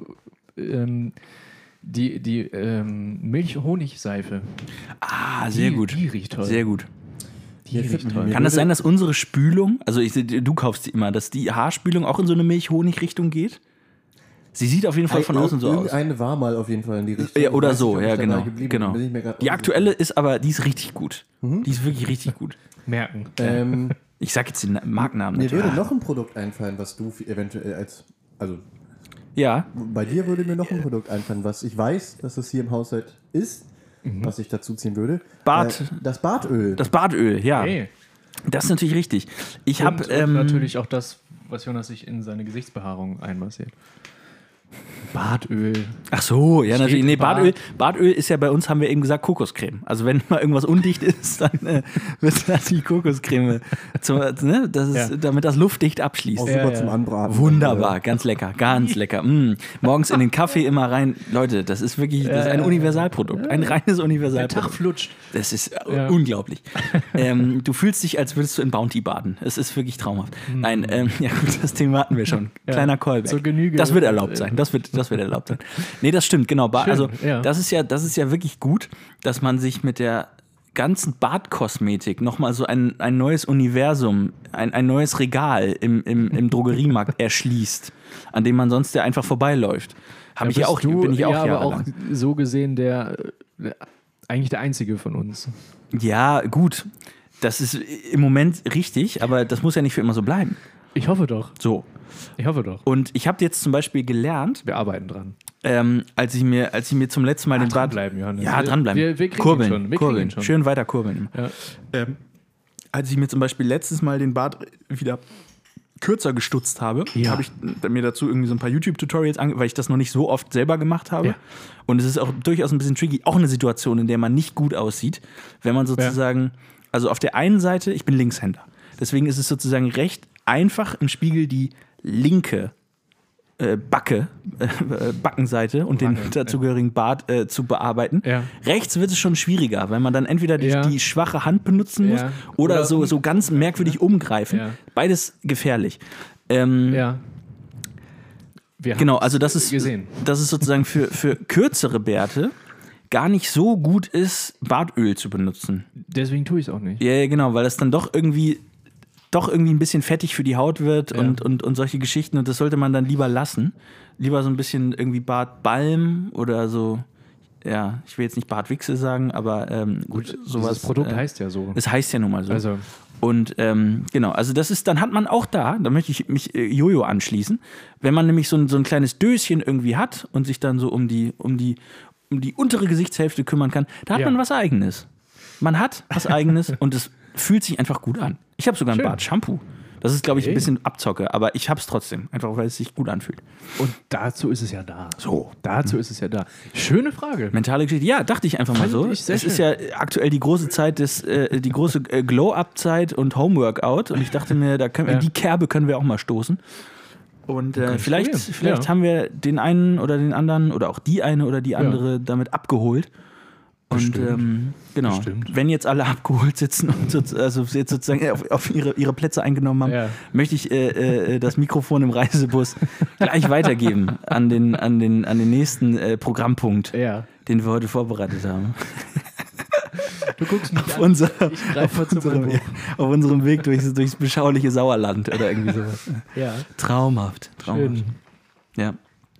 die Milch-Honig-Seife. Ah, sehr gut. Die riecht toll. Sehr gut. Die riecht toll. Kann das sein, dass unsere Spülung, also du kaufst sie immer, dass die Haarspülung auch in so eine Milch-Honig-Richtung geht? Sie sieht auf jeden Fall von außen so aus. Irgendeine war mal auf jeden Fall in die Richtung. Ja, oder Ich weiß so, nicht, ob ja, ich dabei genau. geblieben genau. bin. Bin ich mir grad Die aktuelle ist aber, die ist richtig gut. Die ist wirklich richtig gut. Merken. Ich sag jetzt den Markennamen Mir natürlich. würde noch ein Produkt einfallen, was du eventuell also Ja, bei dir würde mir noch ein Produkt einfallen, was ich weiß, dass es hier im Haushalt ist, was ich dazu ziehen würde. Bad. Das Badöl. das Badöl, ja. Hey. Das ist natürlich richtig. Ich habe Und natürlich auch das, was Jonas sich in seine Gesichtsbehaarung einmassiert. Badöl. Ach so, ja, Steht natürlich. Nee, Bad. Badöl ist ja bei uns, haben wir eben gesagt, Kokoscreme. Also wenn mal irgendwas undicht ist, dann wird das die Kokoscreme, damit das luftdicht abschließt. Auch super Ja. zum Anbraten. Wunderbar, ganz lecker, ganz lecker. Morgens in den Kaffee immer rein. Leute, das ist wirklich das ist ein Universalprodukt, ein reines Der Tag Universalprodukt. flutscht. Das ist Ja. unglaublich. Du fühlst dich, als würdest du in Bounty baden. Es ist wirklich traumhaft. Nein, ja gut, das Thema hatten wir schon. Kleiner Callback. zur Genüge. Das wird erlaubt sein. Das wird erlaubt sein. Nee, das stimmt, genau. Schön, Also ja. das ist ja wirklich gut, dass man sich mit der ganzen Badkosmetik nochmal so ein neues Universum, ein neues Regal im Drogeriemarkt erschließt, an dem man sonst ja einfach vorbeiläuft. Bin ich auch aber auch jahrelang. so gesehen eigentlich der Einzige von uns. Ja, gut. Das ist im Moment richtig, aber das muss ja nicht für immer so bleiben. Ich hoffe doch. So. Ich hoffe doch. Und ich habe jetzt zum Beispiel gelernt, Wir arbeiten dran. als ich mir zum letzten Mal den Bad... Dranbleiben, Johannes. Ja, dranbleiben. Wir kriegen kurbeln, ihn schon. Wir kriegen kurbeln. ihn schon. Schön weiter kurbeln. Ja. als ich mir zum Beispiel letztes Mal den Bart wieder kürzer gestutzt habe, Ja. habe ich mir dazu irgendwie so ein paar YouTube-Tutorials weil ich das noch nicht so oft selber gemacht habe. Ja. Und es ist auch durchaus ein bisschen tricky, auch eine Situation, in der man nicht gut aussieht, wenn man sozusagen, also auf der einen Seite, ich bin Linkshänder, deswegen ist es sozusagen recht einfach im Spiegel die linke Backenseite und den dazugehörigen Bart zu bearbeiten. Ja. Rechts wird es schon schwieriger, weil man dann entweder die schwache Hand benutzen muss Ja. oder Oder so ganz merkwürdig umgreifen. Ja. Beides gefährlich. Ja. Wir Genau, haben's also dass es sozusagen für kürzere Bärte gar nicht so gut ist, Bartöl zu benutzen. Deswegen tue ich es auch nicht. Ja, genau, weil das dann doch irgendwie ein bisschen fettig für die Haut wird Ja. und solche Geschichten. Und das sollte man dann lieber lassen. Lieber so ein bisschen irgendwie Bartbalm oder so, ja, ich will jetzt nicht Bartwichse sagen, aber gut, sowas. Das Produkt heißt ja so. Es heißt ja nun mal so. Also, Und genau, also das ist, dann hat man auch da möchte ich mich Jojo anschließen, wenn man nämlich so ein kleines Döschen irgendwie hat und sich dann so um die untere Gesichtshälfte kümmern kann, da hat Ja. man was Eigenes. Man hat was Eigenes und es fühlt sich einfach gut an. Ich habe sogar ein Schön. Bart-Shampoo. Das ist, glaube ich, ein Okay. bisschen Abzocke, aber ich habe es trotzdem, einfach weil es sich gut anfühlt. und dazu ist es ja da. So. Dazu ist es ja da. Schöne Frage. Mentale Geschichte, ja, dachte ich einfach mal Fand so. ich sehr Es ist ja aktuell die große Zeit die große Glow-Up-Zeit und Homeworkout und ich dachte mir, die Kerbe können wir auch mal stoßen. Und vielleicht ja. haben wir den einen oder den anderen oder auch die eine oder die andere damit abgeholt. Und genau, Bestimmt. wenn jetzt alle abgeholt sitzen und also jetzt sozusagen auf ihre Plätze eingenommen haben, Ja. möchte ich das Mikrofon im Reisebus gleich weitergeben an den nächsten Programmpunkt, Ja. den wir heute vorbereitet haben. Du guckst mich Auf, an. Ich greif mal zu unserem, meinem Buch. auf unserem Weg durchs beschauliche Sauerland oder irgendwie sowas. Ja. Traumhaft. Schön. Ja.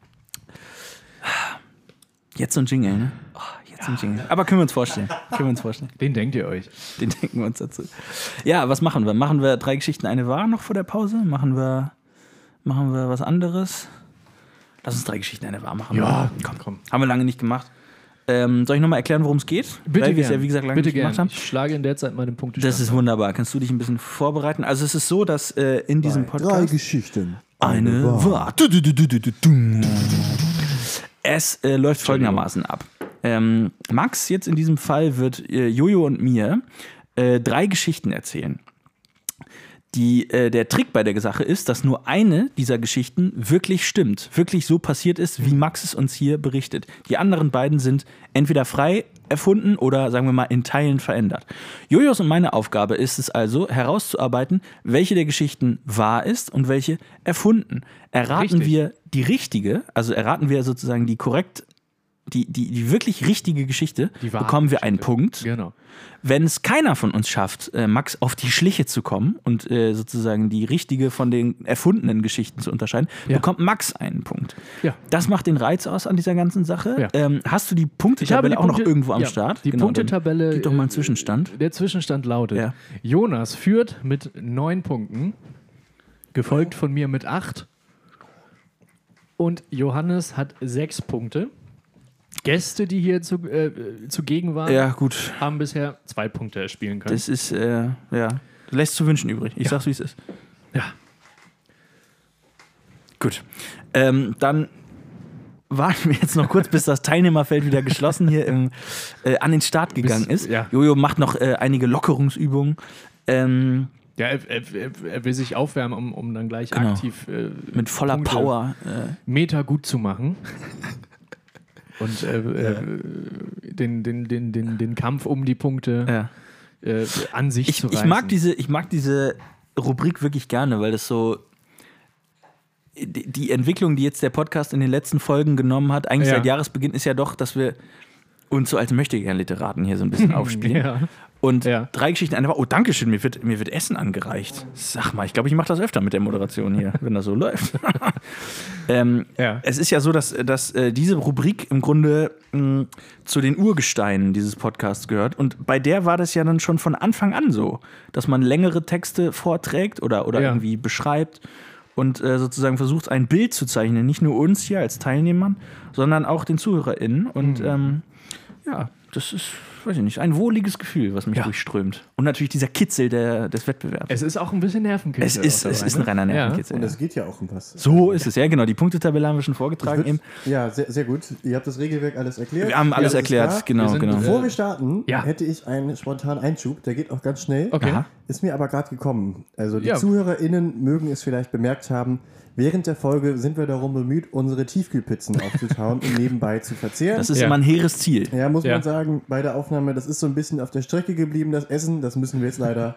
Jetzt so ein Jingle, ne? Oh, jetzt so ein Jingle. Aber können wir uns vorstellen. Den denkt ihr euch. Den denken wir uns dazu. Ja, was machen wir? Machen wir 3 Geschichten, eine wahr noch vor der Pause? Machen wir was anderes? Lass uns 3 Geschichten, eine wahr machen. Ja, oder? komm. Haben wir lange nicht gemacht. Soll ich nochmal erklären, worum es geht? Bitte Weil wir es gern. ja, wie gesagt, lange Bitte nicht gemacht gern. haben. Ich schlage in der Zeit mal den Punkt. Das ist wunderbar. Kannst du dich ein bisschen vorbereiten? Also es ist so, dass in diesem Drei Podcast Geschichten. eine wahr. Es läuft folgendermaßen ab. Max jetzt in diesem Fall wird Jojo und mir 3 Geschichten erzählen. Der Trick bei der Sache ist, dass nur eine dieser Geschichten wirklich stimmt, wirklich so passiert ist, wie Max es uns hier berichtet. Die anderen beiden sind entweder frei erfunden oder, sagen wir mal, in Teilen verändert. Jojos und meine Aufgabe ist es also, herauszuarbeiten, welche der Geschichten wahr ist und welche erfunden. Erraten Richtig. wir die richtige, also erraten wir sozusagen die wirklich richtige Geschichte, Die wahre bekommen wir einen Geschichte. Punkt. Genau. Wenn es keiner von uns schafft, Max auf die Schliche zu kommen und sozusagen die richtige von den erfundenen Geschichten zu unterscheiden, Ja. bekommt Max einen Punkt. Ja. Das macht den Reiz aus an dieser ganzen Sache. Ja. Hast du die Punktetabelle auch noch irgendwo am ja, Start? Die Genau, dann Punktetabelle. Gib doch mal einen Zwischenstand. Der Zwischenstand lautet: Ja. Jonas führt mit 9 Punkten, gefolgt von mir mit 8. Und Johannes hat 6 Punkte. Gäste, die hier zugegen waren, Ja, gut. haben bisher 2 Punkte erspielen können. Das ist, lässt zu wünschen übrig. Ich sag's, wie es ist. Ja. Gut. Dann warten wir jetzt noch kurz, bis das Teilnehmerfeld wieder geschlossen hier an den Start gegangen ist. ja. Jojo macht noch einige Lockerungsübungen. Ja, er will sich aufwärmen, um dann gleich Genau. aktiv Mit voller Punkte Power. Meter gut zu machen. Und den Kampf um die Punkte an sich zu reißen. Ich mag diese Rubrik wirklich gerne, weil das so die Entwicklung, die jetzt der Podcast in den letzten Folgen genommen hat, eigentlich Ja. seit Jahresbeginn, ist ja doch, dass wir uns so als Möchtegern-Literaten hier so ein bisschen aufspielen. Ja. Und Ja. 3 Geschichten, eine Woche. Oh, danke schön, mir wird Essen angereicht. Sag mal, ich glaube, ich mache das öfter mit der Moderation hier, wenn das so läuft. Ja. Es ist ja so, dass diese Rubrik im Grunde zu den Urgesteinen dieses Podcasts gehört. Und bei der war das ja dann schon von Anfang an so, dass man längere Texte vorträgt oder Ja. irgendwie beschreibt und sozusagen versucht, ein Bild zu zeichnen. Nicht nur uns hier als Teilnehmern, sondern auch den ZuhörerInnen. Und ja, das ist weiß ich nicht, ein wohliges Gefühl, was mich durchströmt. Und natürlich dieser Kitzel des Wettbewerbs. Es ist auch ein bisschen Nervenkitzel. Es ist ein reiner Nervenkitzel. Und Ja. es geht ja auch um was. So ist es, ja genau. Die Punktetabelle haben wir schon vorgetragen eben. Ja, sehr, sehr gut. Ihr habt das Regelwerk alles erklärt. Wir haben alles ist erklärt, klar. genau, genau. Bevor wir starten, Ja. hätte ich einen spontanen Einschub. Der geht auch ganz schnell. Okay. Aha. Ist mir aber gerade gekommen. Also die Ja. ZuhörerInnen mögen es vielleicht bemerkt haben, während der Folge sind wir darum bemüht, unsere Tiefkühlpizzen aufzutauen und nebenbei zu verzehren. Das ist immer ein hehres Ziel. Ja, muss Ja. man sagen, bei der Aufnahme, das ist so ein bisschen auf der Strecke geblieben, das Essen. Das müssen wir jetzt leider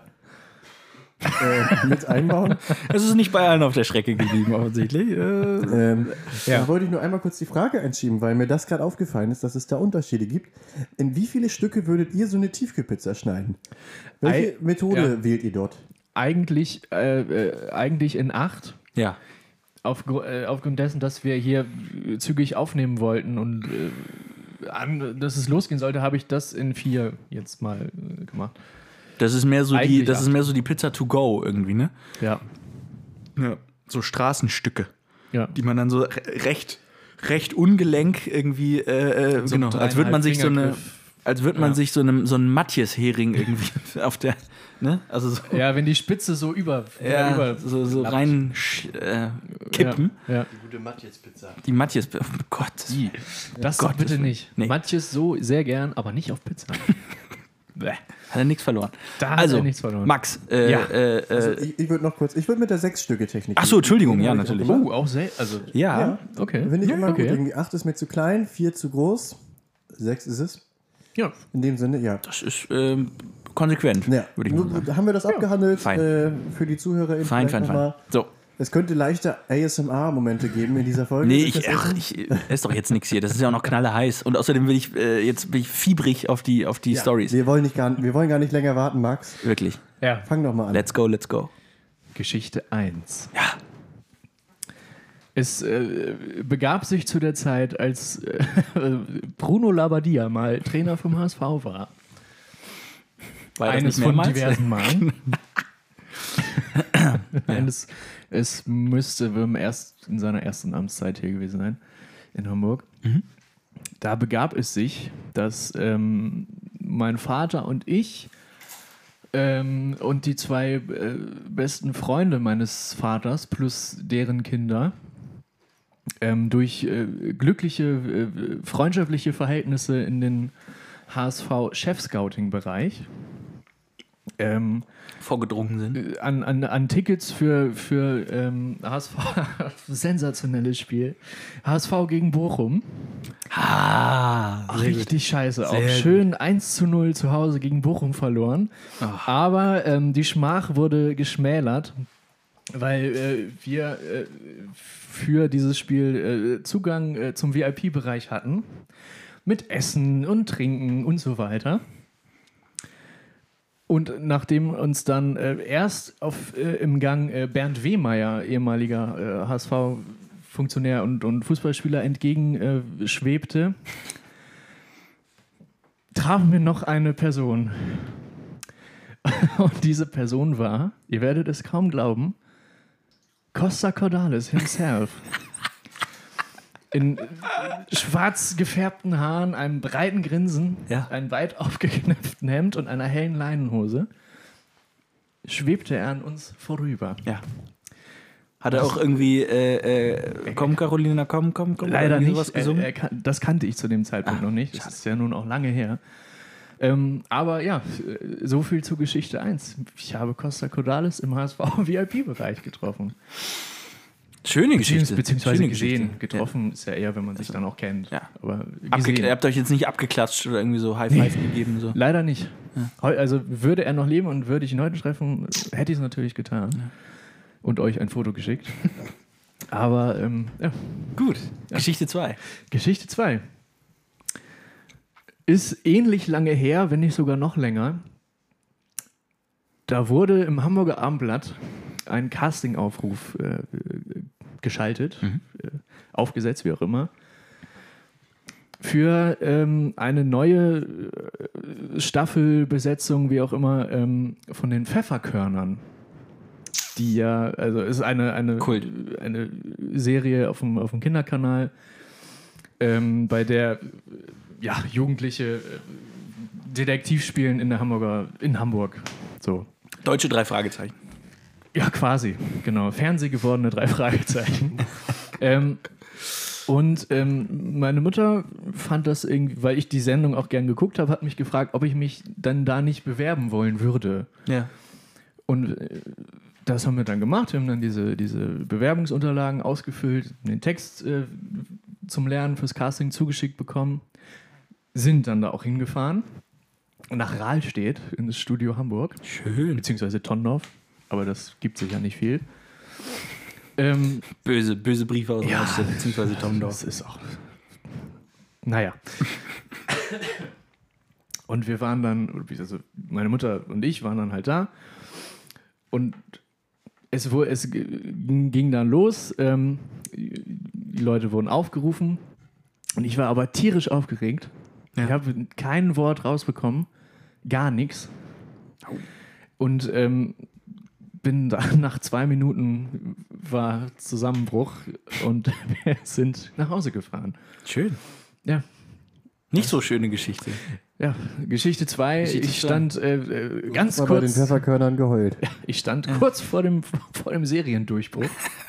mit einbauen. Es ist nicht bei allen auf der Strecke geblieben, offensichtlich. Da wollte ich nur einmal kurz die Frage einschieben, weil mir das gerade aufgefallen ist, dass es da Unterschiede gibt. In wie viele Stücke würdet ihr so eine Tiefkühlpizza schneiden? Welche Methode wählt ihr dort? Eigentlich in 8. Ja. Aufgrund dessen, dass wir hier zügig aufnehmen wollten und dass es losgehen sollte, habe ich das in 4 jetzt mal gemacht. Das ist mehr so Eigentlich das ist mehr so die Pizza to go irgendwie, ne? Ja. Ja. So Straßenstücke, Ja. die man dann so recht ungelenk irgendwie, So genau, als würde man sich so eine, Fingergriff. sich so einen Matjes-Hering irgendwie auf der, ne? Also so, Ja, wenn die Spitze so über so rein kippen. Ja. Die gute Matjes-Pizza. Die Matjes, oh Gott. Das Gott, doch bitte nicht. Nee. Manches so sehr gern, aber nicht auf Pizza. Bäh. Hat er nichts verloren. Da hat Also, er nichts verloren. Max, Ich würde noch kurz, ich würde mit der 6-Stücke-Technik. ach so, Entschuldigung, ja, natürlich. Auch sehr, also Ja, Ja, okay. finde ich immer okay. gut. Irgendwie 8 ist mir zu klein, 4 zu groß, 6 ist es. Ja. In dem Sinne, ja. das ist konsequent, Ja, würde ich mal sagen. haben wir das abgehandelt fein. für die ZuhörerInnen? Fein, vielleicht fein, noch fein. mal? So. Es könnte leichte ASMR-Momente geben in dieser Folge. Nee, durch das Essen. ich esse doch jetzt nichts hier. Das ist ja auch noch knalleheiß. Und außerdem bin ich fiebrig auf die Stories. Wir wollen gar nicht länger warten, Max. Wirklich. Ja. Fang doch mal an. Let's go. Geschichte 1. Ja. Es begab sich zu der Zeit, als Bruno Labbadia mal Trainer vom HSV war. War das Eines nicht von mehrmals? diversen Malen. Nein, es müsste in seiner ersten Amtszeit hier gewesen sein, in Hamburg. Da begab es sich, dass mein Vater und ich und die 2 besten Freunde meines Vaters plus deren Kinder durch glückliche freundschaftliche Verhältnisse in den HSV-Chef-Scouting-Bereich Vorgedrungen sind. an Tickets für HSV, sensationelles Spiel, HSV gegen Bochum. Richtig scheiße. Auch schön 1:0 zu Hause gegen Bochum verloren. Aber die Schmach wurde geschmälert, weil wir für dieses Spiel Zugang zum VIP-Bereich hatten. Mit Essen und Trinken und so weiter. Und nachdem uns dann erst im Gang Bernd Wehmeier, ehemaliger HSV-Funktionär und Fußballspieler, entgegenschwebte, trafen wir noch eine Person. Und diese Person war, ihr werdet es kaum glauben, Costa Cordalis himself. In schwarz gefärbten Haaren, einem breiten Grinsen, Ja. einem weit aufgeknöpften Hemd und einer hellen Leinenhose schwebte er an uns vorüber. Ja. Hat er auch irgendwie Komm, Carolina, komm, Leider irgendwie nicht. sowas gesungen? Das kannte ich zu dem Zeitpunkt noch nicht. Das ist ja nun auch lange her. Aber ja, so viel zu Geschichte 1. Ich habe Costa Cordalis im HSV-VIP-Bereich getroffen. Schöne Geschichte. Beziehungsweise Schöne gesehen. Geschichte. Getroffen ist ja eher, wenn man sich dann auch kennt. Ja. Aber Ihr gesehen. habt euch jetzt nicht abgeklatscht oder irgendwie so High Five gegeben. So. Leider nicht. Also würde er noch leben und würde ich ihn heute treffen, hätte ich es natürlich getan. Und euch ein Foto geschickt. Aber ja. Gut. Geschichte 2. Geschichte 2. Ist ähnlich lange her, wenn nicht sogar noch länger. Da wurde im Hamburger Abendblatt ein Castingaufruf geschaltet, aufgesetzt, wie auch immer, für eine neue Staffelbesetzung, wie auch immer, von den Pfefferkörnern. Die ja, also ist eine Kult. Serie auf dem Kinderkanal, bei der Jugendliche Detektiv spielen in Hamburg. So. Deutsche 3 Fragezeichen. Ja, quasi, genau. Fernsehgewordene 3 Fragezeichen. Meine Mutter fand das irgendwie, weil ich die Sendung auch gern geguckt habe, hat mich gefragt, ob ich mich dann da nicht bewerben wollen würde. Ja. Und das haben wir dann gemacht. Wir haben dann diese Bewerbungsunterlagen ausgefüllt, den Text zum Lernen fürs Casting zugeschickt bekommen, sind dann da auch hingefahren. Nach Rahlstedt in das Studio Hamburg. Schön. Beziehungsweise Tondorf. Aber das gibt sich ja nicht viel. Böse Briefe aus Rahlstedt, beziehungsweise Tondorf. Das ist auch... Naja. Und wir waren dann, also meine Mutter und ich waren dann halt da. Und es ging dann los. Die Leute wurden aufgerufen. Und ich war aber tierisch aufgeregt. Ja. Ich habe kein Wort rausbekommen. Gar nichts. Und bin dann nach 2 Minuten war Zusammenbruch und wir sind nach Hause gefahren. Schön. Ja. Nicht so schöne Geschichte. Ja, Geschichte 2. Ich stand ganz War bei den kurz. Pfefferkörnern geheult. Ich stand kurz vor dem Seriendurchbruch.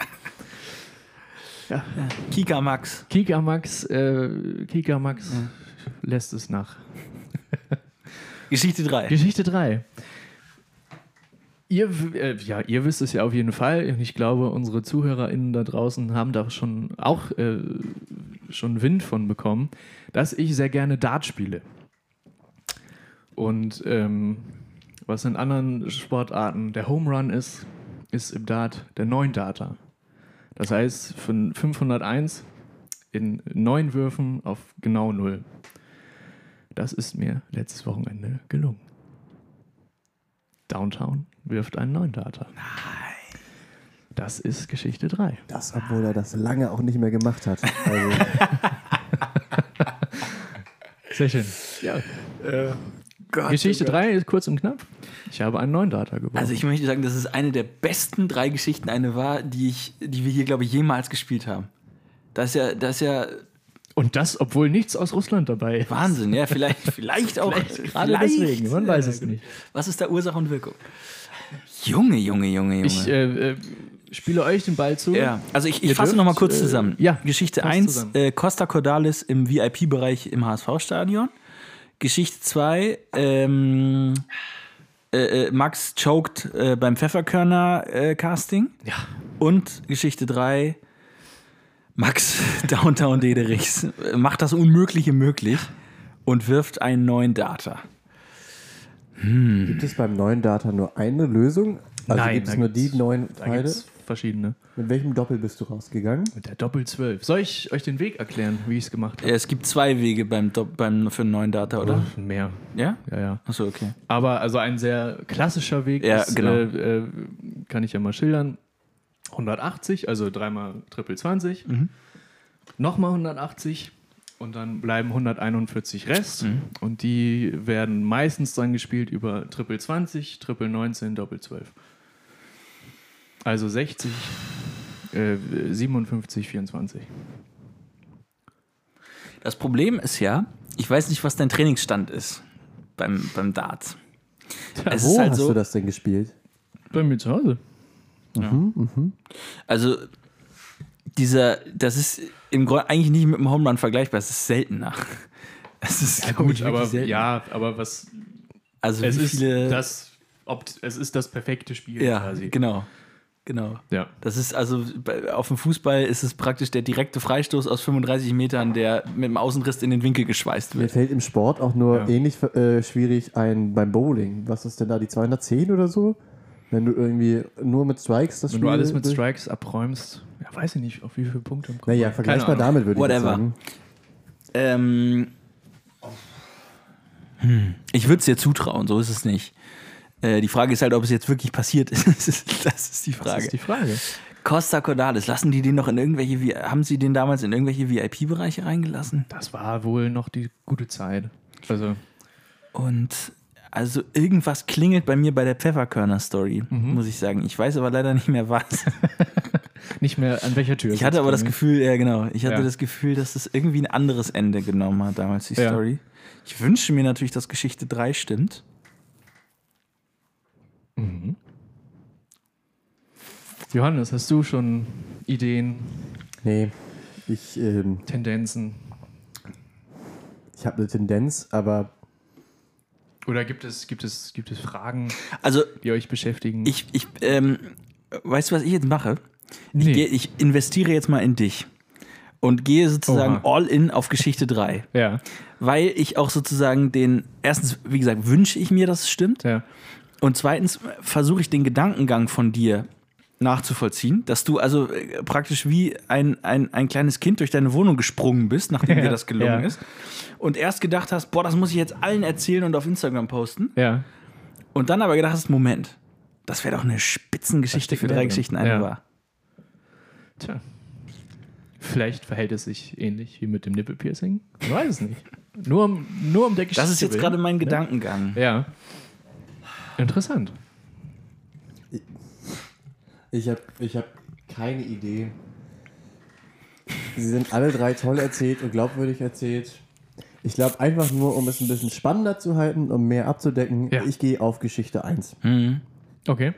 Ja. Kika Max. Kika Max lässt es nach. Geschichte 3. Geschichte 3. Ihr wisst es ja auf jeden Fall. Und ich glaube, unsere ZuhörerInnen da draußen haben da schon Wind von bekommen, dass ich sehr gerne Dart spiele. Und was in anderen Sportarten der Home Run ist im Dart der 9-Darter. Das heißt, von 501 in 9 Würfen auf genau 0. Das ist mir letztes Wochenende gelungen. Downtown wirft einen 9-Darter. Nein. Das ist Geschichte 3. Das, obwohl er das lange auch nicht mehr gemacht hat. Also, sehr schön. Ja. Geschichte 3 ist kurz und knapp. Ich habe einen 9-Darter geworfen. Also ich möchte sagen, dass es eine der besten 3 Geschichten war, die wir hier, glaube ich, jemals gespielt haben. Das ist ja und das, obwohl nichts aus Russland dabei ist. Wahnsinn, ja, vielleicht auch. Gerade deswegen, man weiß es nicht. Was ist da Ursache und Wirkung? Junge. Ich spiele euch den Ball zu. Ja, also ich fasse noch mal kurz zusammen. Ja, Geschichte 1, Costa Cordalis im VIP-Bereich im HSV-Stadion. Geschichte 2, Max choked beim Pfefferkörner-Casting. Ja. Und Geschichte 3, Max Downtown Dederichs macht das Unmögliche möglich und wirft einen 9-Darter. Gibt es beim 9-Darter nur eine Lösung? Also Nein, gibt es nur die 9 Da gibt Pfeile? es verschiedene. Mit welchem Doppel bist du rausgegangen? Mit der Doppel-12. Soll ich euch den Weg erklären, wie ich es gemacht habe? Es gibt 2 Wege für einen 9-Darter, oder? Mehr. Ja? Ja. Achso, okay. Aber also ein sehr klassischer Weg Ja, ist, genau. kann ich ja mal schildern. 180, also 3-mal Triple 20. Nochmal 180 und dann bleiben 141 Rest. Und die werden meistens dann gespielt über Triple 20, Triple 19, Doppel 12. Also 60, 57, 24. Das Problem ist ja, ich weiß nicht, was dein Trainingsstand ist beim Darts. Es Wo ist halt hast so, du das denn gespielt? Bei mir zu Hause. also das ist im Grunde eigentlich nicht mit dem Home Run vergleichbar, es ist seltener. Es ist, glaub ich, wirklich seltener. aber was... Also Es wie ist, viele... es ist das perfekte Spiel ja, quasi. genau. Ja. Das ist also, auf dem Fußball ist es praktisch der direkte Freistoß aus 35 Metern, der mit dem Außenriss in den Winkel geschweißt Mir wird. fällt im Sport auch nur ähnlich schwierig ein beim Bowling. Was ist denn da, die 210 oder so? Wenn du irgendwie nur mit Strikes das Wenn Spiel... du alles mit Strikes abräumst, ja, weiß ich nicht, auf wie viele Punkte im Kopf. Naja, vergleichbar Keine Ahnung. damit würde ich jetzt Whatever. sagen. Ich würde es dir zutrauen, so ist es nicht. Die Frage ist halt, ob es jetzt wirklich passiert ist. Das ist die Frage. Das ist die Frage. Costa Cordalis, lassen die den noch in haben sie den damals in irgendwelche VIP-Bereiche reingelassen? Das war wohl noch die gute Zeit. Also, Und also irgendwas klingelt bei mir bei der Pfefferkörner-Story, muss ich sagen. Ich weiß aber leider nicht mehr was. nicht mehr an welcher Tür. Ich hatte aber das sitzt, Gefühl, ja genau, ich hatte Ja. das Gefühl, dass das irgendwie ein anderes Ende genommen hat damals, die Ja. Story. Ich wünsche mir natürlich, dass Geschichte 3 stimmt. Johannes, hast du schon Ideen, Nee, ich Tendenzen? habe eine Tendenz, aber Oder gibt es Fragen, Also die euch beschäftigen? weißt du, was ich jetzt mache? Nee. Ich investiere jetzt mal in dich und gehe sozusagen Oha. all in auf Geschichte 3. Ja, Weil ich auch sozusagen erstens, wie gesagt, wünsche ich mir, dass es stimmt. ja. Und zweitens versuche ich den Gedankengang von dir nachzuvollziehen, dass du also praktisch wie ein kleines Kind durch deine Wohnung gesprungen bist, nachdem dir das gelungen Ja. ist. Und erst gedacht hast, boah, das muss ich jetzt allen erzählen und auf Instagram posten. Ja. Und dann aber gedacht hast, Moment, das wäre doch eine Spitzengeschichte Da für steckt mehr 3 drin. Geschichten, eine Ja. war. Tja. Vielleicht verhält es sich ähnlich wie mit dem Nippelpiercing. Ich weiß es nicht. Nur um der Geschichte Das ist jetzt willen. gerade mein Gedankengang. Ja. Interessant. ich hab keine Idee. Sie sind alle 3 toll erzählt und glaubwürdig erzählt. Ich glaube einfach nur, um es ein bisschen spannender zu halten, um mehr abzudecken, Ja. ich gehe auf Geschichte 1. Okay.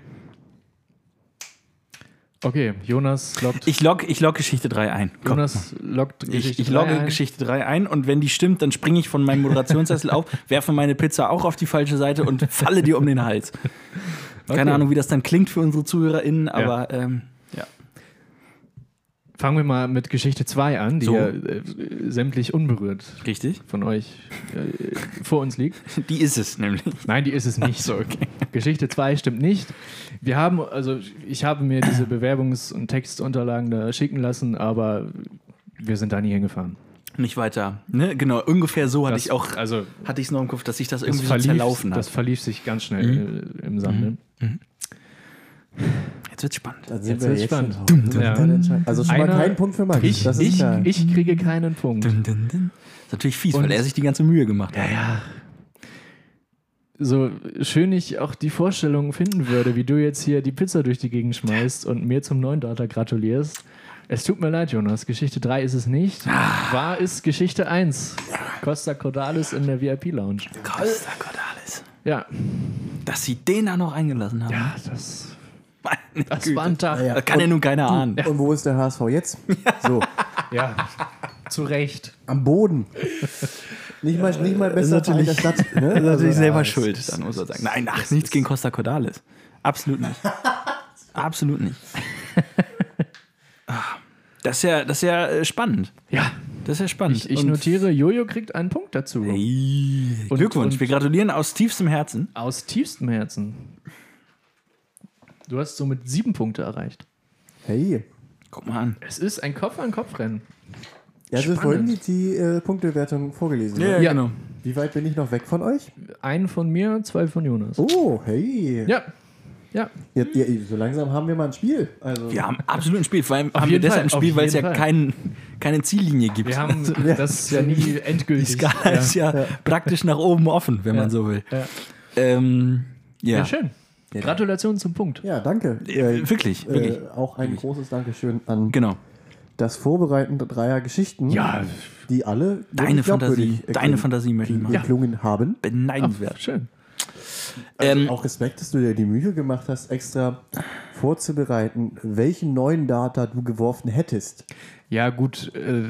Okay, Jonas loggt. Ich log Geschichte 3 ein. Komm. Jonas loggt Ich logge ein. Geschichte 3 ein und wenn die stimmt, dann springe ich von meinem Moderationssessel auf, werfe meine Pizza auch auf die falsche Seite und falle dir um den Hals. Keine Okay. Ahnung, wie das dann klingt für unsere ZuhörerInnen, aber ja. Fangen wir mal mit Geschichte 2 an, die So. ja sämtlich unberührt Richtig? von euch vor uns liegt. Die ist es nämlich. Nein, die ist es nicht. So, okay. Geschichte 2 stimmt nicht. Ich habe mir diese Bewerbungs- und Textunterlagen da schicken lassen, aber wir sind da nie hingefahren. Nicht weiter. Ne? Genau, ungefähr so hatte Das- ich auch. also Hatte ich es noch im Kopf, dass sich das das irgendwie so zerlaufen das hat. verlief sich ganz schnell im Sande. Jetzt wird's spannend. Dann sind Jetzt wir wird's jetzt spannend. schon Ja. Also schon mal Einer- kein Punkt für Max. Das ist klar. Ich kriege keinen Punkt. Das ist natürlich fies, Und- weil er sich die ganze Mühe gemacht hat. Ja. So schön ich auch die Vorstellung finden würde, wie du jetzt hier die Pizza durch die Gegend schmeißt und mir zum neuen Data gratulierst. Es tut mir leid, Jonas. Geschichte 3 ist es nicht. Wahr ist Geschichte 1. Costa Cordalis in der VIP-Lounge. Costa Cordalis. Ja. Dass sie den da noch eingelassen haben. Ja, das Meine war Güte. ein Tag. Ja. Das kann ja nun keiner ahnen. Und wo ist der HSV jetzt? So, Ja, zu Recht. am Boden. Nicht mal besser Verein der Stadt. Ne? Das ist natürlich Also, selber ja, schuld, dann muss man sagen. Nein, ach, nichts gegen Costa Cordalis. Absolut nicht. Absolut nicht. Ah, Das ist ja spannend. Ja, Das ist ja spannend. ich Und- notiere, Jojo kriegt einen Punkt dazu. Hey, Und- Glückwunsch, und- wir gratulieren aus tiefstem Herzen. Aus tiefstem Herzen. Du hast somit 7 Punkte erreicht. Hey. Guck mal an. Es ist ein Kopf-an-Kopf-Rennen. Ja, du hast Spannend. vorhin die Punktewertung vorgelesen. Ja, Ne? Ja. genau. Wie weit bin ich noch weg von euch? Einen von mir, 2 von Jonas. Oh, hey. Ja. Ja. So langsam haben wir mal ein Spiel. Also, Wir haben absolut ein Spiel. Vor allem haben wir jeden deshalb ein Fall, Spiel, auf weil es ja jeden keine Ziellinie gibt. Wir haben das ja nie Die endgültig. Skala ist ja praktisch nach oben offen, wenn man so will. Ja. Ja. Ja, schön. Gratulation zum Punkt. Ja, danke. Wirklich, wirklich. Auch ein großes Dankeschön an Genau. das Vorbereiten dreier Geschichten, Ja, die alle Deine wirklich glaubwürdig Fantasie, deine Fantasie möchte ich machen. geklungen haben. Beneidenswert. schön. Auch Respekt, dass du dir die Mühe gemacht hast, extra vorzubereiten, welchen neuen Data du geworfen hättest. Ja, gut.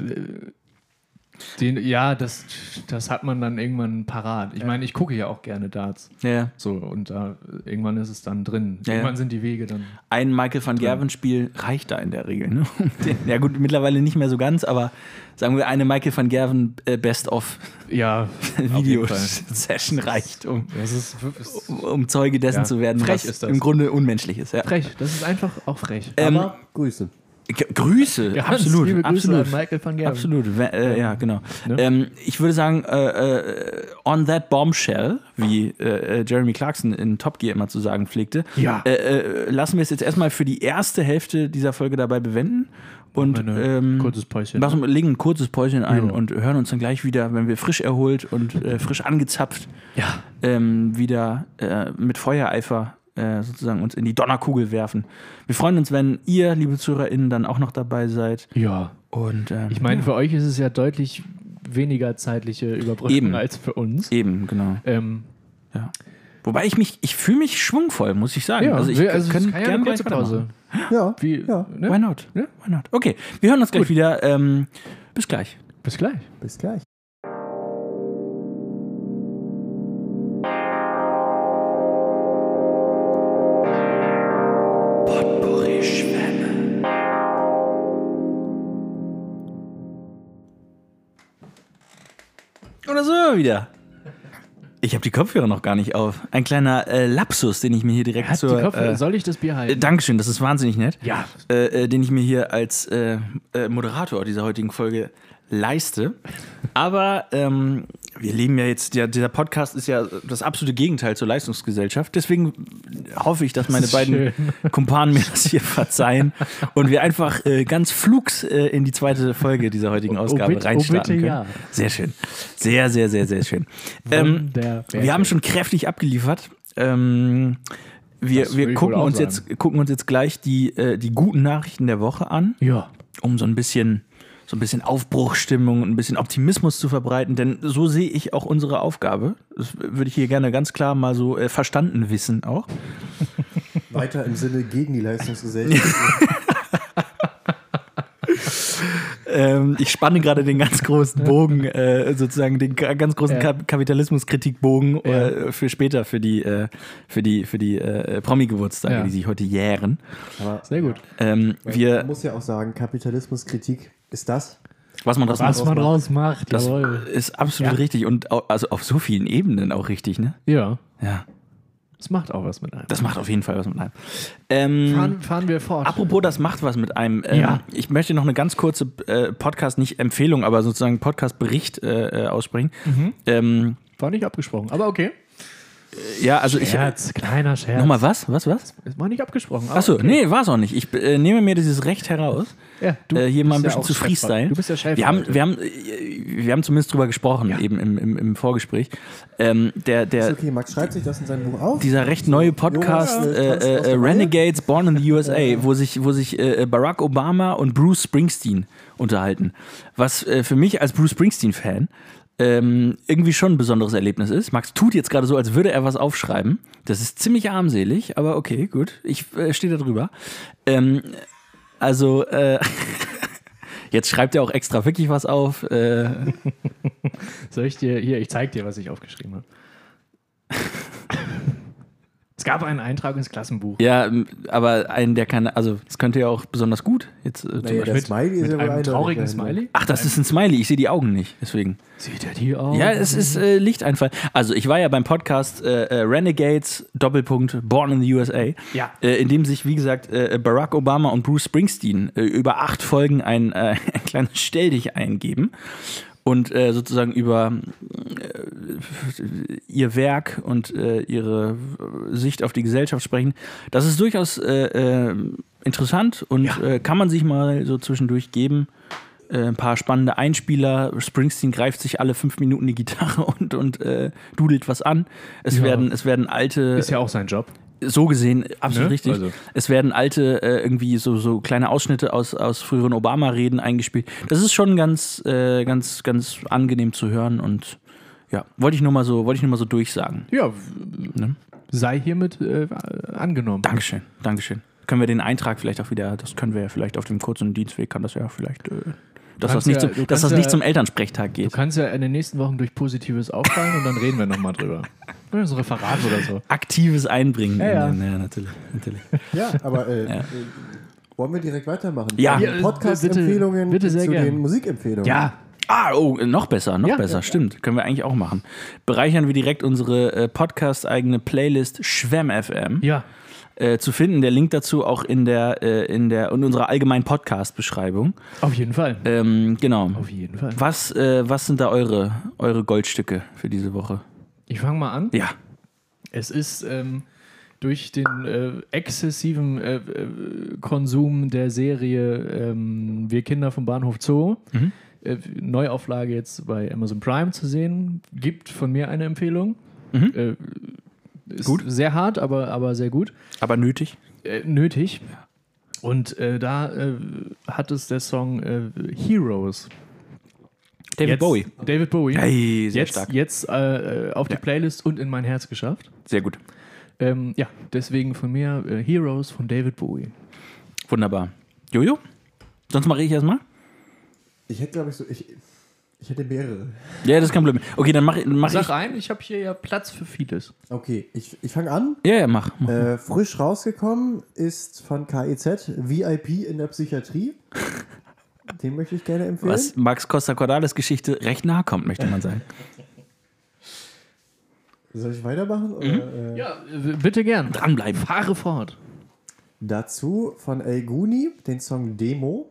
Das hat man dann irgendwann parat. Ich meine, ich gucke ja auch gerne Darts. Ja. So, und da irgendwann ist es dann drin. Ja, Irgendwann ja. sind die Wege dann. Ein Michael van Gerwen-Spiel reicht da in der Regel. Ne? Ja gut, mittlerweile nicht mehr so ganz, aber sagen wir, eine Michael van Gerwen Best-of Ja, auf jeden Fall. Video-Session reicht, um Das ist Zeuge dessen Ja. zu werden, Frech was ist das. im Grunde unmenschlich ist. Ja. frech. Das ist einfach auch frech. Aber Grüße. Grüße, Ja, absolut. liebe Grüße absolut. an Michael van Gerwen. Absolut, ja, genau. Ne? Ich würde sagen, on that bombshell, wie Jeremy Clarkson in Top Gear immer zu sagen pflegte, Ja. lassen wir es jetzt erstmal für die erste Hälfte dieser Folge dabei bewenden und Kurzes Päuschen. legen ein kurzes Päuschen ein Ja. und hören uns dann gleich wieder, wenn wir frisch erholt und frisch angezapft Ja. wieder mit Feuereifer sozusagen uns in die Donnerkugel werfen. Wir freuen uns, wenn ihr, liebe ZuhörerInnen, dann auch noch dabei seid. Ja. Und, Ich meine, für euch ist es ja deutlich weniger zeitliche Überbrückung als für uns. Eben, genau. Ja. Wobei ich fühle mich schwungvoll, muss ich sagen. Ja, also es können kann ja gerne eine kurze gleich Pause. Ja, Wie, ja. Ne? Why not? Ja. Why not? Okay, wir hören uns gleich wieder. Bis gleich. Bis gleich. Bis gleich. Oder so wieder. Ich habe die Kopfhörer noch gar nicht auf. Ein kleiner Lapsus, den ich mir hier direkt Soll ich das Bier halten? Dankeschön, das ist wahnsinnig nett. Ja. Den ich mir hier als Moderator dieser heutigen Folge leiste. Aber wir leben ja jetzt, dieser Podcast ist ja das absolute Gegenteil zur Leistungsgesellschaft. Deswegen hoffe ich, dass meine beiden Kumpanen mir das hier verzeihen und wir einfach ganz flugs in die zweite Folge dieser heutigen Ausgabe reinstarten können. Ja. Sehr schön. Sehr, sehr, sehr, sehr schön. Wir haben schon kräftig abgeliefert. Wir gucken uns jetzt gleich die guten Nachrichten der Woche an, um so ein bisschen Aufbruchstimmung und ein bisschen Optimismus zu verbreiten, denn so sehe ich auch unsere Aufgabe. Das würde ich hier gerne ganz klar mal so verstanden wissen auch. Weiter im Sinne gegen die Leistungsgesellschaft. Ich spanne gerade den ganz großen Bogen, sozusagen den ganz großen Kapitalismuskritikbogen für später, für die Promi-Geburtstage, die sich heute jähren. Aber sehr gut. Man muss ja auch sagen, Kapitalismuskritik ist das, was man draus macht. Das jawohl. ist absolut richtig und also auf so vielen Ebenen auch richtig, ne? Ja. Ja. Das macht auch was mit einem. Das macht auf jeden Fall was mit einem. Fahren wir fort. Apropos, das macht was mit einem. Ich möchte noch eine ganz kurze Podcast, nicht Empfehlung, aber sozusagen Podcast-Bericht aussprechen. War nicht abgesprochen, aber okay. Ja, also kleiner Scherz. Nochmal was? Ist mal nicht abgesprochen. Achso, okay. Nee, war es auch nicht. Ich nehme mir dieses Recht heraus, Ja, hier mal ein bisschen zu freestylen. Du bist ja Chef. Wir haben zumindest drüber gesprochen, eben im Vorgespräch. ist okay, Max schreibt sich das in sein Buch auf. Dieser recht neue Podcast Renegades Born in the USA, wo sich Barack Obama und Bruce Springsteen unterhalten. Was für mich als Bruce Springsteen-Fan irgendwie schon ein besonderes Erlebnis ist. Max tut jetzt gerade so, als würde er was aufschreiben. Das ist ziemlich armselig, aber okay, gut. Ich stehe da drüber. Jetzt schreibt er auch extra wirklich was auf. Soll ich dir, ich zeig dir, was ich aufgeschrieben habe. Es gab einen Eintrag ins Klassenbuch. Ja, aber einen, der kann, also es könnte ja auch besonders gut. Jetzt, zum der Beispiel Smiley ist ja wohl einem traurigen eindeutig. Smiley? Ach, das ist ein Smiley, ich sehe die Augen nicht, deswegen. Sieht er die Augen? Ja, es ist Lichteinfall. Also ich war ja beim Podcast Renegades Born in the USA, in dem sich, wie gesagt, Barack Obama und Bruce Springsteen über 8 Folgen ein kleines Stelldich eingeben und sozusagen über ihr Werk und ihre Sicht auf die Gesellschaft sprechen. Das ist durchaus interessant und kann man sich mal so zwischendurch geben. Ein paar spannende Einspieler. Springsteen greift sich alle 5 Minuten die Gitarre und dudelt was an. Es werden alte... Ist ja auch sein Job. So gesehen, absolut richtig. Also. Es werden alte, irgendwie so kleine Ausschnitte aus früheren Obama-Reden eingespielt. Das ist schon ganz angenehm zu hören und ja, wollte ich nur mal so durchsagen. Ja, sei hiermit angenommen. Dankeschön. Können wir den Eintrag vielleicht auch wieder, das können wir ja vielleicht auf dem kurzen Dienstweg, kann das ja vielleicht, dass das nicht zum Elternsprechtag geht. Du kannst ja in den nächsten Wochen durch Positives auffallen und dann reden wir nochmal drüber. So ein Referat oder so. Aktives Einbringen. Ja. Natürlich. Ja, aber wollen wir direkt weitermachen? Ja. Podcast-Empfehlungen bitte sehr zu gern. den Musikempfehlungen. Ja. Noch besser, stimmt. Können wir eigentlich auch machen. Bereichern wir direkt unsere Podcast-eigene Playlist Schwemm FM. Ja. Zu finden. Der Link dazu auch in unserer allgemeinen Podcast-Beschreibung. Auf jeden Fall. Genau. Auf jeden Fall. Was sind da eure Goldstücke für diese Woche? Ich fange mal an. Ja. Es ist durch den exzessiven Konsum der Serie Wir Kinder vom Bahnhof Zoo, Neuauflage jetzt bei Amazon Prime zu sehen, gibt von mir eine Empfehlung. Ist Gut. sehr hart, aber sehr gut. Aber nötig. Nötig. Und da hat es der Song Heroes. David Bowie. David Bowie. Hey, sehr stark. Jetzt auf die Playlist und in mein Herz geschafft. Sehr gut. Ja, deswegen von mir Heroes von David Bowie. Wunderbar. Jojo? Sonst mache ich erstmal? Ich hätte, glaube ich, ich hätte mehrere. Ja, das ist kein Problem. Okay, dann mach Sag ich. ein, ich habe hier ja Platz für vieles. Okay, ich fange an. Ja, mach. Frisch rausgekommen ist von KIZ VIP in der Psychiatrie. Den möchte ich gerne empfehlen. Was Max Costa Cordalis Geschichte recht nahe kommt, möchte man sagen. Soll ich weitermachen? Oder, Ja, bitte gern. Dranbleiben. Fahre fort. Dazu von El Guni den Song Demo.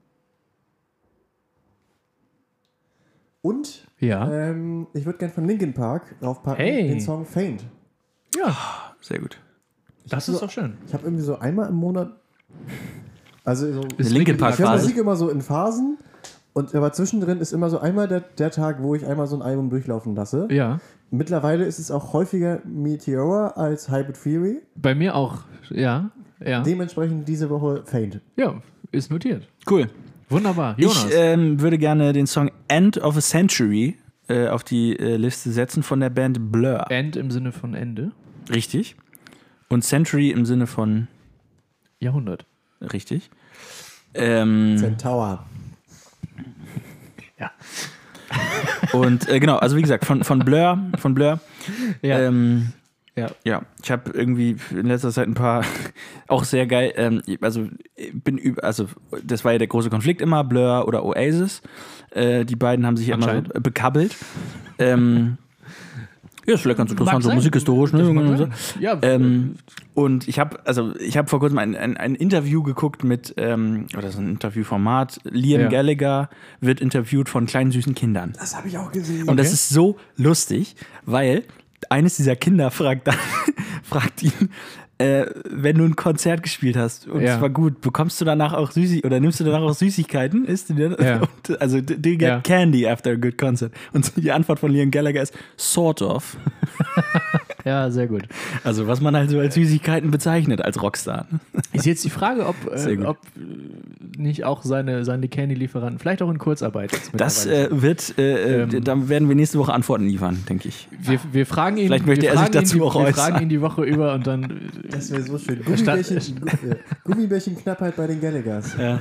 Und Ja. ich würde gerne von Linkin Park draufpacken Hey. den Song Faint. Ja, Sehr gut. das ist doch schön. Ich habe irgendwie so einmal im Monat. Also so, Ist Linkin Park ich höre Phase. Musik immer so in Phasen. Und aber zwischendrin ist immer so einmal der Tag, wo ich einmal so ein Album durchlaufen lasse. Ja, Mittlerweile ist es auch häufiger Meteora als Hybrid Theory. bei mir auch. Ja. Dementsprechend diese Woche Faint. Ja, ist notiert. Cool. Wunderbar. Jonas. Ich würde gerne den Song End of a Century auf die Liste setzen von der Band Blur. End im Sinne von Ende. Richtig. Und Century im Sinne von Jahrhundert. richtig. Centaur. Ja. Und genau, also wie gesagt, von Blur. Ja. Ja, ich habe irgendwie in letzter Zeit ein paar auch sehr geil, also das war ja der große Konflikt immer, Blur oder Oasis. Die beiden haben sich ja immer so bekabbelt. Ja, ist vielleicht ganz interessant, so musikhistorisch. Ne? Ja, Und ich habe vor kurzem ein Interview geguckt mit, oder so ein Interviewformat, Liam Gallagher wird interviewt von kleinen süßen Kindern. Das habe ich auch gesehen. Und das ist so lustig, weil eines dieser Kinder fragt ihn, wenn du ein Konzert gespielt hast und es war gut, bekommst du danach auch nimmst du danach auch Süßigkeiten? Isst du dir? Ja. Und, also, do you get candy after a good concert? Und die Antwort von Liam Gallagher ist sort of. ja, sehr gut. Also, was man halt so als Süßigkeiten bezeichnet als Rockstar. Ist jetzt die Frage, ob gut. nicht auch seine Candy-Lieferanten vielleicht auch in Kurzarbeit jetzt Das mittlerweile da werden wir nächste Woche Antworten liefern, denke ich. wir fragen ihn. Vielleicht möchte wir er sich fragen ihn dazu die, auch Wir äußern. fragen ihn die Woche über und dann. Das wäre so schön. Statt- Gummibärchenknappheit bei den Gallaghers. Ja.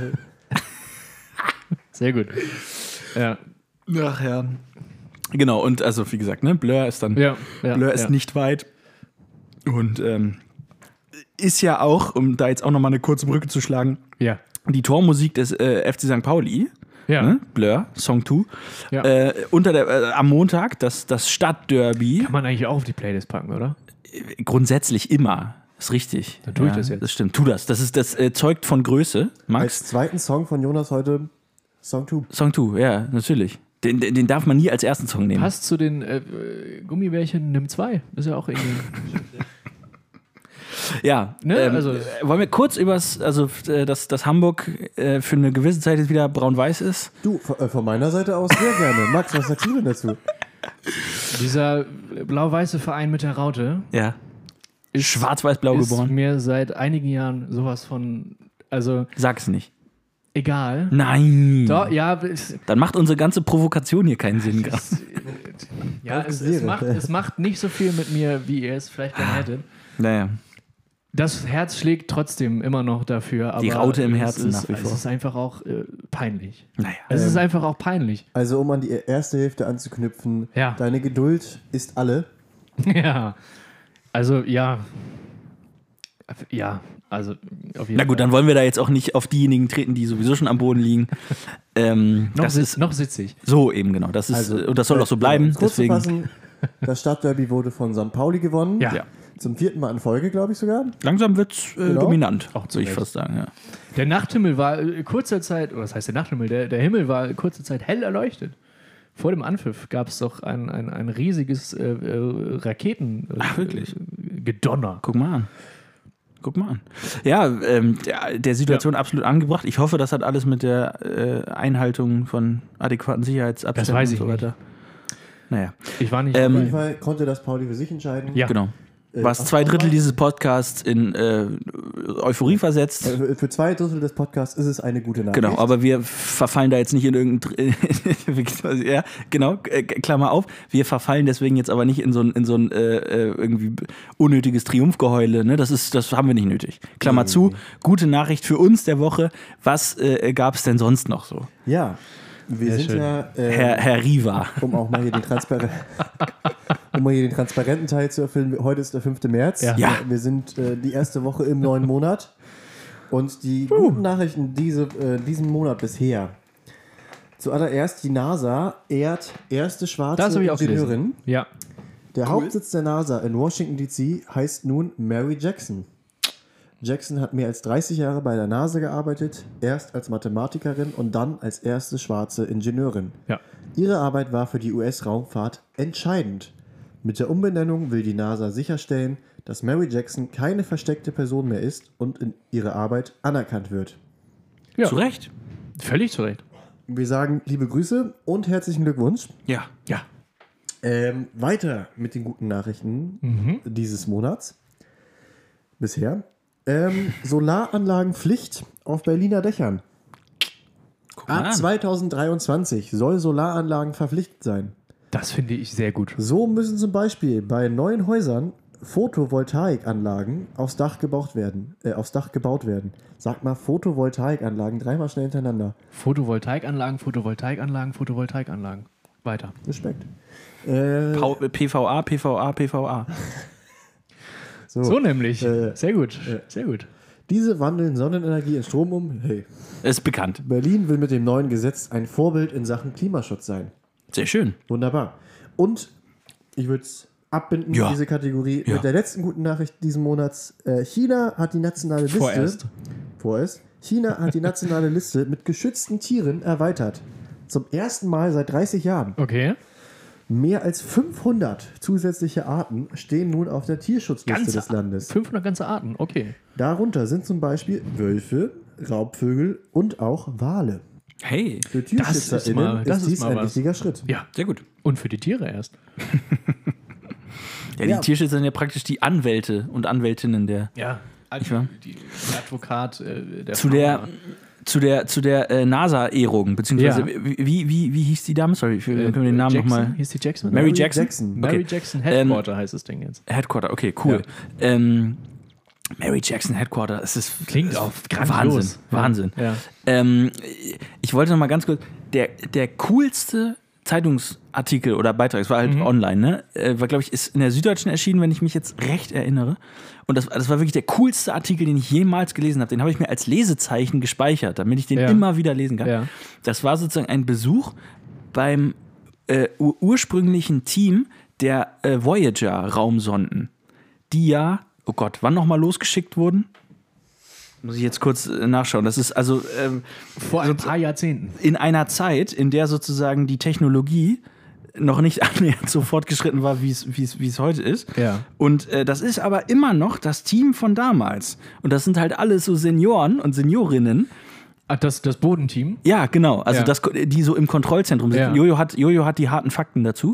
Sehr gut. Ja. Ach ja. Genau, und also wie gesagt, ne, Blur ist dann Blur ist nicht weit. Und ist ja auch, um da jetzt auch nochmal eine kurze Brücke zu schlagen, Ja. die Tormusik des FC St. Pauli, Ja. ne? Blur, Song 2, Ja. am Montag, das Stadtderby, Kann man eigentlich auch auf die Playlist packen, oder? grundsätzlich immer. Ist richtig. Dann tue ich das jetzt. Das stimmt, tu das. Das zeugt von Größe, Max. Als zweiten Song von Jonas heute Song 2. Song 2, ja, natürlich. Den darf man nie als ersten Song nehmen. Passt zu den Gummibärchen Nimm 2. Ist ja auch irgendwie. Ja, Ne? Also- wollen wir kurz dass Hamburg für eine gewisse Zeit jetzt wieder braun-weiß ist? Du, von meiner Seite aus sehr gerne. Max, was sagst du denn dazu? Dieser blau-weiße Verein mit der Raute Ja. Schwarz-weiß-blau ist geboren. mir seit einigen Jahren sowas von. Also, Sag's nicht. egal. Nein. Doch, ja, Dann macht unsere ganze Provokation hier keinen Sinn gerade. ja es macht nicht so viel mit mir, wie ihr es vielleicht gerne hättet. Naja. Das Herz schlägt trotzdem immer noch dafür. Aber Die Raute im es Herzen ist, nach wie vor. Es ist einfach auch peinlich. Naja. Es ist einfach auch peinlich. Also, um an die erste Hälfte anzuknüpfen, Ja. deine Geduld ist alle. Ja. Also, ja. Ja, also auf jeden Na gut, Fall. dann wollen wir da jetzt auch nicht auf diejenigen treten, die sowieso schon am Boden liegen. Das ist noch sitzig. so eben, genau. Das ist, Also, und das soll auch so bleiben. Kurz zu Deswegen, fassen, das Stadtderby wurde von St. Pauli gewonnen. Ja. ja. Zum 4. Mal in Folge, glaube ich sogar. Langsam wird's Genau. dominant, Auch zu würde ich Recht. fast sagen. Ja. Der Nachthimmel war kurzer Zeit, oder was heißt der Nachthimmel? Der Himmel war kurze Zeit hell erleuchtet. Vor dem Anpfiff gab es doch ein riesiges Raketen Ach, wirklich? Gedonner. Guck mal an. Ja, der Situation absolut angebracht. Ich hoffe, das hat alles mit der Einhaltung von adäquaten Sicherheitsabständen Das weiß ich und so weiter. Naja, Ich war nicht. Auf jeden Fall konnte das Pauli für sich entscheiden. Ja. genau. Was 2/3 dieses Podcasts in Euphorie versetzt. Für 2/3 des Podcasts ist es eine gute Nachricht. Genau, aber wir verfallen da jetzt nicht in irgendein. Ja, genau, Klammer auf. Wir verfallen deswegen jetzt aber nicht in so ein irgendwie unnötiges Triumphgeheule. Ne? Das haben wir nicht nötig. Klammer zu, gute Nachricht für uns der Woche. Was gab es denn sonst noch so? Ja, wir sind schön. ja. Herr Riva. Um auch mal hier den transparenten Teil zu erfüllen. Heute ist der 5. März. Ja. Ja. Wir sind die erste Woche im neuen Monat. Und die guten Nachrichten diesen Monat bisher. Zuallererst, die NASA ehrt erste schwarze Das habe ich auch Ingenieurin. gelesen. Ja. Der Hauptsitz der NASA in Washington D.C. heißt nun Mary Jackson. Jackson hat mehr als 30 Jahre bei der NASA gearbeitet, erst als Mathematikerin und dann als erste schwarze Ingenieurin. Ja. Ihre Arbeit war für die US-Raumfahrt entscheidend. Mit der Umbenennung will die NASA sicherstellen, dass Mary Jackson keine versteckte Person mehr ist und in ihre Arbeit anerkannt wird. Ja. Zu Recht? Völlig zu Recht. Wir sagen liebe Grüße und herzlichen Glückwunsch. Ja. Ja. Weiter mit den guten Nachrichten dieses Monats. Bisher. Solaranlagenpflicht auf Berliner Dächern. Ab an. 2023 soll Solaranlagen verpflichtet sein. Das finde ich sehr gut. So müssen zum Beispiel bei neuen Häusern Photovoltaikanlagen aufs Dach gebaut werden. Sag mal Photovoltaikanlagen, dreimal schnell hintereinander. Photovoltaikanlagen. Weiter. Respekt. PVA. So nämlich. Äh, Sehr gut. Sehr gut. Diese wandeln Sonnenenergie in Strom um. Hey, Ist bekannt. Berlin will mit dem neuen Gesetz ein Vorbild in Sachen Klimaschutz sein. Sehr schön. Wunderbar. Und ich würde es abbinden, Ja. diese Kategorie, Ja. mit der letzten guten Nachricht diesen Monats. China hat die nationale Liste. Vorerst. China hat die nationale Liste mit geschützten Tieren erweitert. Zum ersten Mal seit 30 Jahren. Okay. Mehr als 500 zusätzliche Arten stehen nun auf der Tierschutzliste des Landes. 500 ganze Arten. Okay. Darunter sind zum Beispiel Wölfe, Raubvögel und auch Wale. Hey, Für Das ist TierschützerInnen mal ist dies ein was. wichtiger Schritt. Ja. sehr gut. Und für die Tiere erst. Ja, die Tierschützer sind ja praktisch die Anwälte und Anwältinnen der. Ja. wahr? Die Advokat der Zu der NASA-Ehrung, beziehungsweise Ja. wie hieß die Dame? Sorry, können wir den Namen nochmal. Hieß die Jackson? Mary Jackson? Mary Okay. Jackson Headquarter heißt das Ding jetzt. Headquarter, okay, cool. Mary Jackson Headquarter, es ist Klingt auch grandios. Wahnsinn. Ja. Ich wollte noch mal ganz kurz, der coolste Zeitungsartikel oder Beitrag, es war halt online, ne? War, glaube ich, ist in der Süddeutschen erschienen, wenn ich mich jetzt recht erinnere. Und das war wirklich der coolste Artikel, den ich jemals gelesen habe. Den habe ich mir als Lesezeichen gespeichert, damit ich den immer wieder lesen kann. Ja. Das war sozusagen ein Besuch beim ursprünglichen Team der Voyager-Raumsonden, die ja, oh Gott, wann nochmal losgeschickt wurden? Muss ich jetzt kurz nachschauen. Das ist also Vor ein paar Jahrzehnten. in einer Zeit, in der sozusagen die Technologie noch nicht annähernd so fortgeschritten war, wie es heute ist. Ja. Und das ist aber immer noch das Team von damals. Und das sind halt alles so Senioren und Seniorinnen. Ach, das Bodenteam? Ja, genau. Also Ja. die so im Kontrollzentrum sind. Ja. Jojo hat die harten Fakten dazu.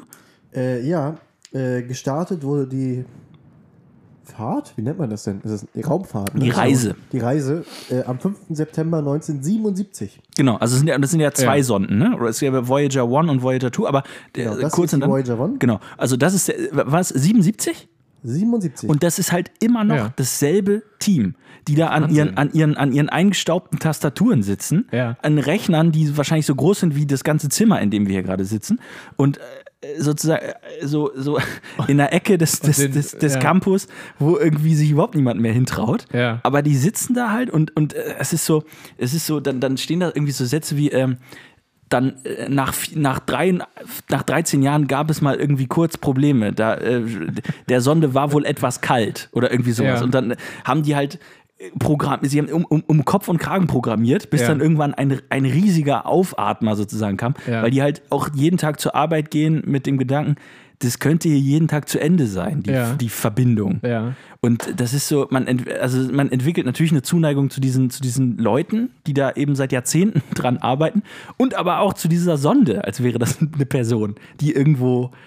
Gestartet wurde die Fahrt, wie nennt man das denn? Ist das die Raumfahrt? Ne? Die Reise. Die Reise am 5. September 1977. Genau, also das sind ja zwei Sonden, ne? Oder es ist ja Voyager 1 und Voyager 2, aber Genau, das kurz ist und die dann. Voyager 1. Genau, also das ist, war es 77? 77. Und das ist halt immer noch Ja. dasselbe Team, die da an ihren eingestaubten Tastaturen sitzen, Ja. an Rechnern, die wahrscheinlich so groß sind wie das ganze Zimmer, in dem wir hier gerade sitzen. Und sozusagen so in der Ecke des ja. Campus, wo irgendwie sich überhaupt niemand mehr hintraut. Ja. Aber die sitzen da halt und es ist so, dann stehen da irgendwie so Sätze wie dann nach 13 Jahren gab es mal irgendwie kurz Probleme. Der Sonde war wohl etwas kalt oder irgendwie sowas. Ja. Und dann haben die halt sie haben um Kopf und Kragen programmiert, bis Ja. dann irgendwann ein riesiger Aufatmer sozusagen kam, Ja. weil die halt auch jeden Tag zur Arbeit gehen mit dem Gedanken, das könnte hier jeden Tag zu Ende sein, die Verbindung. Ja. Und das ist so, man entwickelt natürlich eine Zuneigung zu diesen Leuten, die da eben seit Jahrzehnten dran arbeiten und aber auch zu dieser Sonde, als wäre das eine Person, die irgendwo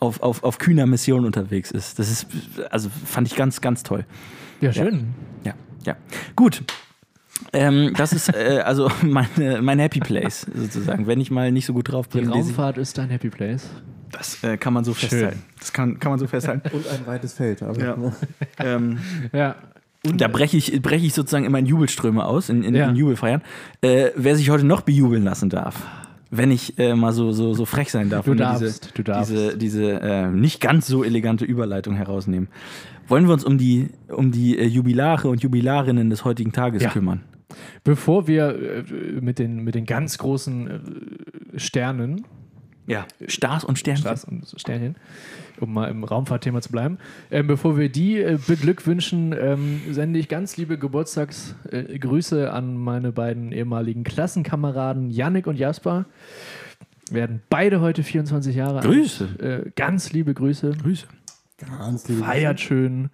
auf kühner Mission unterwegs ist. Das ist, also fand ich ganz, ganz toll. Ja, schön. Ja. Gut. Das ist also mein Happy Place sozusagen. Wenn ich mal nicht so gut drauf Die bin, Raumfahrt ist dein Happy Place. das kann man so festhalten. Das kann man so festhalten. Und ein weites Feld. Aber, Ja. Ja. Da breche ich sozusagen immer in Jubelströme aus, in Jubelfeiern. Wer sich heute noch bejubeln lassen darf, wenn ich mal so frech sein darf, Du und darfst. diese nicht ganz so elegante Überleitung herausnehmen. Wollen wir uns um die Jubilare und Jubilarinnen des heutigen Tages kümmern? Bevor wir mit den ganz großen Sternen, Ja. Stars und Sternchen. Stars und Sternchen, um mal im Raumfahrtthema zu bleiben, bevor wir die beglückwünschen, sende ich ganz liebe Geburtstagsgrüße an meine beiden ehemaligen Klassenkameraden Yannick und Jasper. Werden beide heute 24 Jahre alt. Grüße. Ganz liebe Grüße. Grüße. Ganz liebe Feiert schön.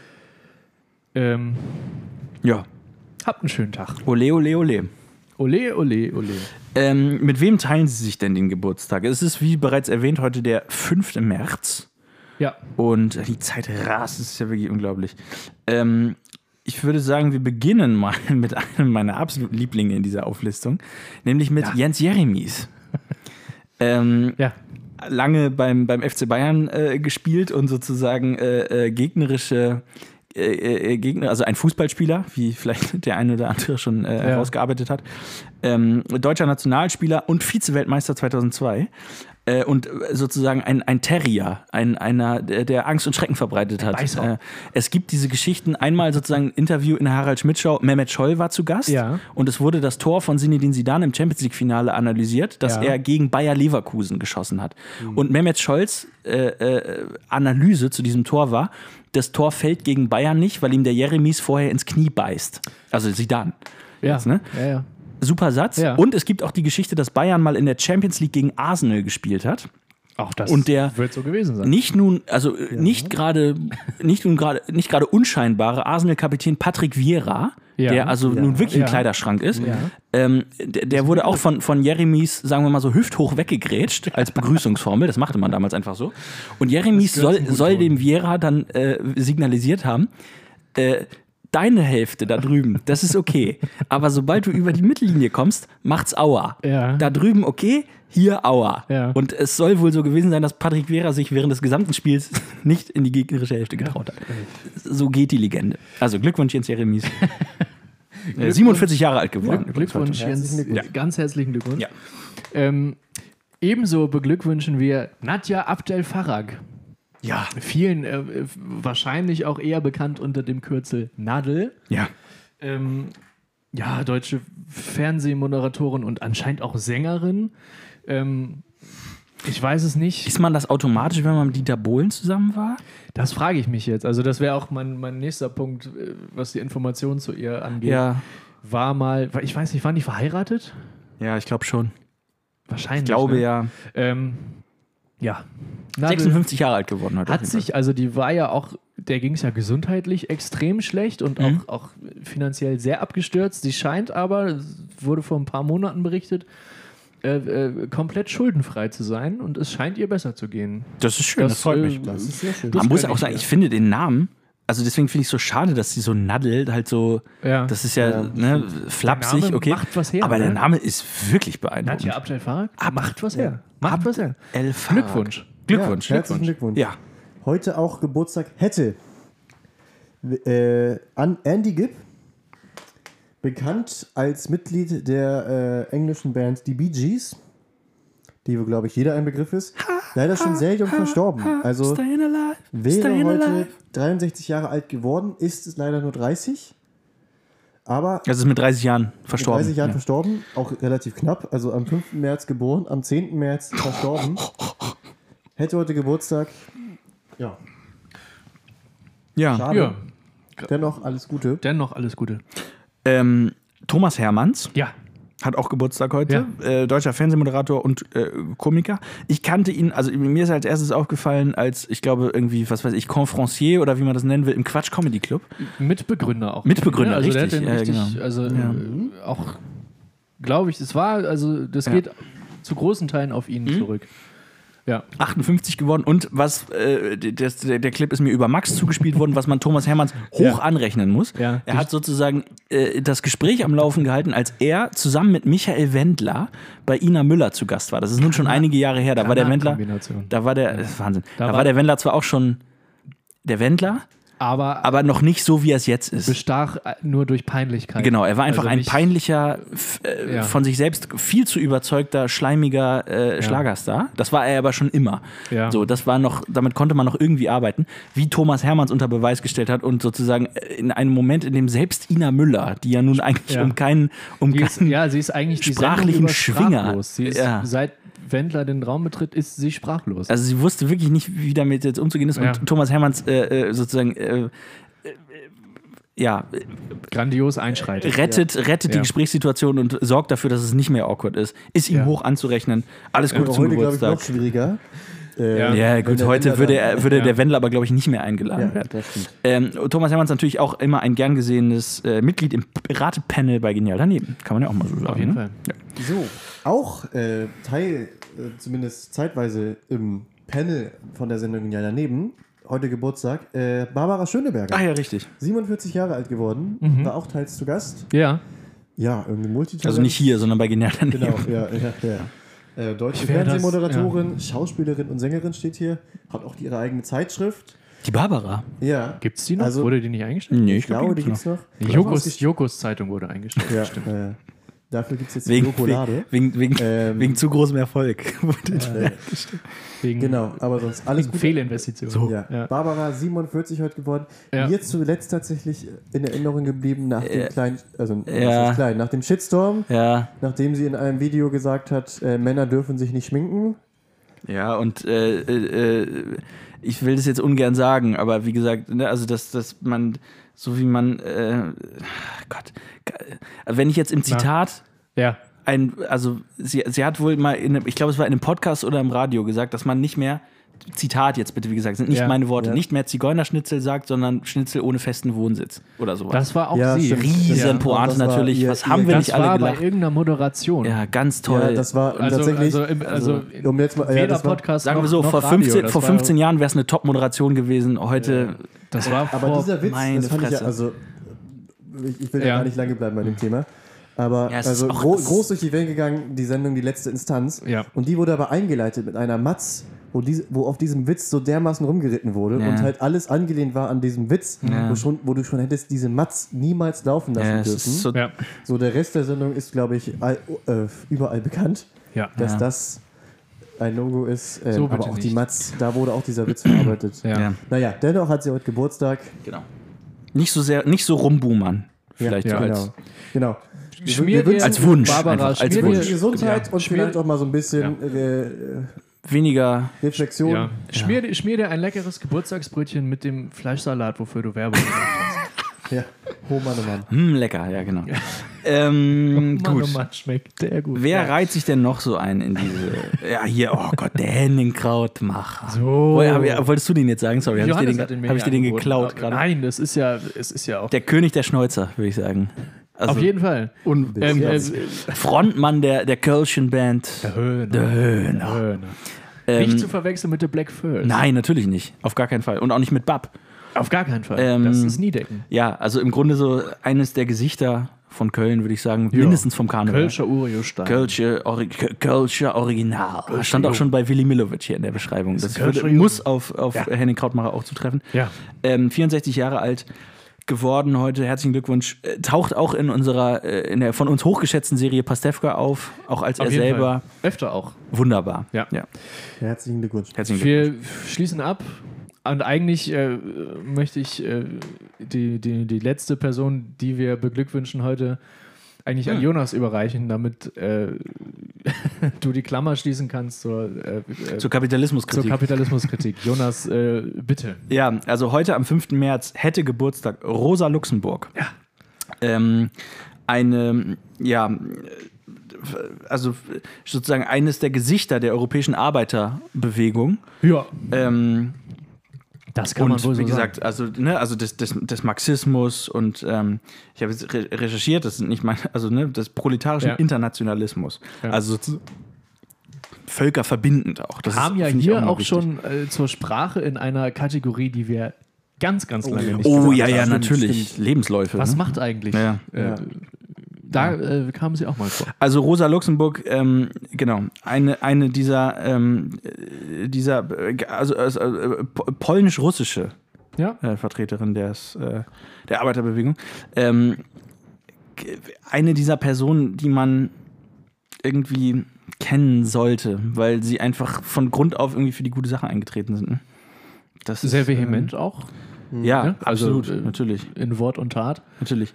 Ja. Habt einen schönen Tag. Ole, ole, ole. Ole, ole, ole. Mit wem teilen Sie sich denn den Geburtstag? Es ist, wie bereits erwähnt, heute der 5. März. Ja. Und die Zeit rast, das ist ja wirklich unglaublich. Ich würde sagen, wir beginnen mal mit einem meiner absoluten Lieblinge in dieser Auflistung, nämlich mit Jens Jeremies. Ja. Lange beim FC Bayern gespielt und sozusagen gegnerische Gegner, also ein Fußballspieler, wie vielleicht der eine oder andere schon herausgearbeitet hat, deutscher Nationalspieler und Vize-Weltmeister 2002 und sozusagen ein Terrier, einer, der Angst und Schrecken verbreitet hat. Es gibt diese Geschichten, einmal sozusagen ein Interview in der Harald-Schmidt-Show, Mehmet Scholl war zu Gast und es wurde das Tor von Zinedine Zidane im Champions-League-Finale analysiert, das er gegen Bayer Leverkusen geschossen hat. Und Mehmet Scholls Analyse zu diesem Tor war, das Tor fällt gegen Bayern nicht, weil ihm der Jeremies vorher ins Knie beißt. Also Zidane. Ja. Jetzt, ne? Ja. Super Satz. Ja. Und es gibt auch die Geschichte, dass Bayern mal in der Champions League gegen Arsenal gespielt hat. Auch das und der wird so gewesen sein. Nicht gerade unscheinbare Arsenal-Kapitän Patrick Vieira, der also nun wirklich ein Kleiderschrank ist, der wurde auch von Jeremies, sagen wir mal so, hüfthoch weggegrätscht als Begrüßungsformel. Das machte man damals einfach so. Und Jeremies soll dem Vieira dann signalisiert haben, deine Hälfte da drüben, das ist okay. Aber sobald du über die Mittellinie kommst, macht's Aua. Ja. Da drüben okay, hier Aua. Ja. Und es soll wohl so gewesen sein, dass Patrick Vieira sich während des gesamten Spiels nicht in die gegnerische Hälfte getraut hat. So geht die Legende. Also Glückwunsch, Jens Jeremies. 47 Jahre alt geworden. Glückwunsch, Jens. Ganz herzlichen Glückwunsch. Ja. Ebenso beglückwünschen wir Nadja Abdel Farag. Ja. Vielen wahrscheinlich auch eher bekannt unter dem Kürzel Nadel. Ja. Deutsche Fernsehmoderatorin und anscheinend auch Sängerin. Ich weiß es nicht. Ist man das automatisch, wenn man mit Dieter Bohlen zusammen war? Das frage ich mich jetzt. Also das wäre auch mein nächster Punkt, was die Informationen zu ihr angeht. Ja. Ich weiß nicht, waren die verheiratet? Ja, ich glaube schon. Wahrscheinlich. Ich glaube, ne? ja. Ja. 56 Jahre alt geworden heute. Hat sich, also die war ja auch, der ging es ja gesundheitlich extrem schlecht und auch finanziell sehr abgestürzt. Sie scheint aber, wurde vor ein paar Monaten berichtet, komplett schuldenfrei zu sein und es scheint ihr besser zu gehen. Das ist schön, das freut mich. Das ist sehr schön. Man muss auch sagen, ich finde den Namen, also deswegen finde ich es so schade, dass sie so Nadel halt so, das ist ne, flapsig, Name okay. macht was her, aber der ne? Name ist wirklich beeindruckend. Nadja Abdel Farag macht was her. Macht was her. Glückwunsch. Glückwunsch. Ja, herzlichen Glückwunsch. Ja. Heute auch Geburtstag hätte an Andy Gibb, bekannt als Mitglied der englischen Band Die Bee Gees, die, glaube ich, jeder ein Begriff ist, leider schon sehr jung verstorben. Also wäre heute 63 Jahre alt geworden, ist es leider nur 30. Aber Das ist mit 30 Jahren verstorben. Mit 30 Jahren verstorben, auch relativ knapp. Also am 5. März geboren, am 10. März verstorben. Hätte heute Geburtstag. Ja. Ja. Schade. Ja. Dennoch alles Gute. Dennoch alles Gute. Thomas Hermanns Ja. hat auch Geburtstag heute. Deutscher Fernsehmoderator und Komiker. Ich kannte ihn, also mir ist er als erstes aufgefallen, als, ich glaube, irgendwie, was weiß ich, Confrancier oder wie man das nennen will, im Quatsch Comedy Club. Mitbegründer auch. Mitbegründer, also richtig. Der hat den richtig, Genau. also auch, glaube ich, das geht zu großen Teilen auf ihn zurück. Ja. 58 geworden. Und was, der Clip ist mir über Max zugespielt worden, was man Thomas Hermanns hoch anrechnen muss. Ja. Er hat sozusagen das Gespräch am Laufen gehalten, als er zusammen mit Michael Wendler bei Ina Müller zu Gast war. Das ist nun schon einige Jahre her. Da war der Wendler, das ist Wahnsinn. Da war der Wendler zwar auch schon der Wendler, aber noch nicht so, wie er es jetzt ist. Bestach nur durch Peinlichkeit. Genau, er war einfach Also ein nicht- peinlicher, von sich selbst viel zu überzeugter, schleimiger Schlagerstar. Das war er aber schon immer. Ja. So, das war noch, damit konnte man noch irgendwie arbeiten, wie Thomas Hermanns unter Beweis gestellt hat und sozusagen in einem Moment, in dem selbst Ina Müller, die ja nun eigentlich Ja. um keinen Sie ist eigentlich die sprachlichen Sendung über Schwinger. sprachlos. Sie ist, seit Wendler den Raum betritt, ist sie sprachlos. Also sie wusste wirklich nicht, wie damit jetzt umzugehen ist. Ja. Und Thomas Hermanns sozusagen Grandios einschreitet. rettet die Gesprächssituation und sorgt dafür, dass es nicht mehr awkward ist. Ist ihm hoch anzurechnen. Alles Gute Aber zum heute, glaube ich, Geburtstag. noch schwieriger. Ja, wenn gut, der heute Wendler würde der Wendler aber, glaube ich, nicht mehr eingeladen Ja, werden. das stimmt. Thomas Hermanns natürlich auch immer ein gern gesehenes Mitglied im Ratepanel bei Genial daneben. Kann man ja auch mal so sagen. Auf jeden ne? Fall. Ja. So, auch Teil, zumindest zeitweise im Panel von der Sendung Ja daneben, heute Geburtstag, Barbara Schöneberger. Ach ja, richtig. 47 Jahre alt geworden, war auch teils zu Gast. Ja. Ja, irgendwie Multitalent. Also nicht hier, sondern bei Genial daneben. Genau, ja. Deutsche Wer das- Fernsehmoderatorin, Schauspielerin und Sängerin steht hier, hat auch ihre eigene Zeitschrift. Die Barbara. Ja. Gibt's die noch? Also- Wurde die nicht eingestellt? Nee, Ich glaube, die gibt's noch. Jokos Zeitung wurde eingestellt. Ja, Stimmt. dafür gibt es jetzt Wegen, Schokolade. wegen zu großem Erfolg. Wegen Genau, aber sonst alles gut. Fehlinvestitionen. Ja. Ja. Barbara 47 heute geworden. Ja. Mir zuletzt tatsächlich in Erinnerung geblieben nach dem kleinen, also was Ja. heißt klein, nach dem Shitstorm, Ja, nachdem sie in einem Video gesagt hat, Männer dürfen sich nicht schminken. ja, und ich will das jetzt ungern sagen, aber wie gesagt, ne, also dass man, so wie man, wenn ich jetzt im Zitat Ja. also sie hat wohl mal ich glaube, es war in einem Podcast oder im Radio gesagt, dass man nicht mehr, Zitat jetzt bitte, wie gesagt, sind nicht Ja. meine Worte, Ja. nicht mehr Zigeunerschnitzel sagt, sondern Schnitzel ohne festen Wohnsitz oder sowas. Das war auch Ja, sie. stimmt. Riesen Ja. Pointe Und das war natürlich, ihr- was haben wir Das nicht alle war bei gelacht? irgendeiner Moderation. Ja, ganz toll. Ja, das war tatsächlich, um jetzt mal, weder das war, Podcast Sagen wir noch, so, noch vor Radio. 15, Das vor war- 15 Jahren wäre es eine Top-Moderation gewesen. Heute, Das war aber vor, dieser Witz, meine das fand ich ja, Fresse. also ich will ja Ja. gar nicht lange bleiben bei dem Thema. Aber Ja, es also ist auch- groß durch die Welt gegangen, die Sendung Die letzte Instanz. Ja. Und die wurde aber eingeleitet mit einer Matz, wo auf diesem Witz so dermaßen rumgeritten wurde Ja. und halt alles angelehnt war an diesem Witz, Ja. wo du schon hättest diese Matz niemals laufen lassen es dürfen. ist so, Ja. So, der Rest der Sendung ist, glaube ich, überall bekannt, Ja. dass Ja. das ein No-Go ist. So aber bitte auch die nicht. Matz, da wurde auch dieser Witz verarbeitet. Ja. ja, Naja, dennoch hat sie heute Geburtstag. genau. Nicht so rumboomern. Vielleicht ja, so als. genau. Schmier wünschen- dir, Als Wunsch, Barbara, einfach, als schmier Wunsch. dir- Die Gesundheit Ja. und Schmier- vielleicht auch mal so ein bisschen Weniger. Reflexion. Ja. Schmier dir ein leckeres Geburtstagsbrötchen mit dem Fleischsalat, wofür du Werbung gemacht hast. Ja. Oh Mann, oh Mann. Lecker, ja, genau. Mann, Gut. oh Mann, schmeckt der gut. Wer Ja. reiht sich denn noch so ein in diese. Ja, hier, oh Gott, der Henningkrautmacher. So. Wolltest du den jetzt sagen? Sorry, habe Johannes hat ich dir den angeboten. geklaut gerade? Nein, es ist ja auch. Der König der Schnäuzer, würde ich sagen. Also, Auf jeden Fall. Und Frontmann der Kölschen Band. der Höhner. Der Höhner. Nicht zu verwechseln mit der Black First. Nein, natürlich nicht. Auf gar keinen Fall. Und auch nicht mit Bab. Auf gar keinen Fall. Ähm, das ist Niedecken. Ja, also im Grunde so eines der Gesichter von Köln, würde ich sagen. Mindestens vom Karneval. Kölscher Uriostein. Kölscher Original. Stand auch schon bei Willy Milovic hier in der Beschreibung. Das Kölscher muss auf Henning Krautmacher auch zutreffen. Ja. 64 Jahre alt geworden heute. Herzlichen Glückwunsch. Taucht auch in unserer, in der von uns hochgeschätzten Serie Pastewka auf. Auch als er Auf jeden selber. Fall. Öfter auch. Wunderbar. Ja. Herzlichen Glückwunsch. Herzlichen Glückwunsch. Wir schließen ab. Und eigentlich möchte ich die letzte Person, die wir beglückwünschen heute, eigentlich an Jonas überreichen, damit du die Klammer schließen kannst zur Kapitalismuskritik. Kapitalismuskritik. Jonas, bitte. Ja, also heute am 5. März hätte Geburtstag Rosa Luxemburg. Ja. Eine, ja, also sozusagen eines der Gesichter der europäischen Arbeiterbewegung. Ja. Das kann man wohl so wie gesagt, also des Marxismus und ich habe jetzt recherchiert, das sind nicht meine, also des proletarischen Internationalismus. Ja. Also völkerverbindend auch. Das Kam ja finde ich hier immer auch wichtig. schon zur Sprache in einer Kategorie, die wir ganz, ganz lange nicht Oh hatten. ja, Stimmt, natürlich. Lebensläufe. Was ne? macht eigentlich? Ja. Da kam sie auch mal vor. Also Rosa Luxemburg, genau, eine dieser polnisch-russische Ja. Vertreterin der Arbeiterbewegung. Eine dieser Personen, die man irgendwie kennen sollte, weil sie einfach von Grund auf irgendwie für die gute Sache eingetreten sind. Ne? Das Sehr ist, vehement auch, Ja, ne? Also, absolut, natürlich. in Wort und Tat. Natürlich.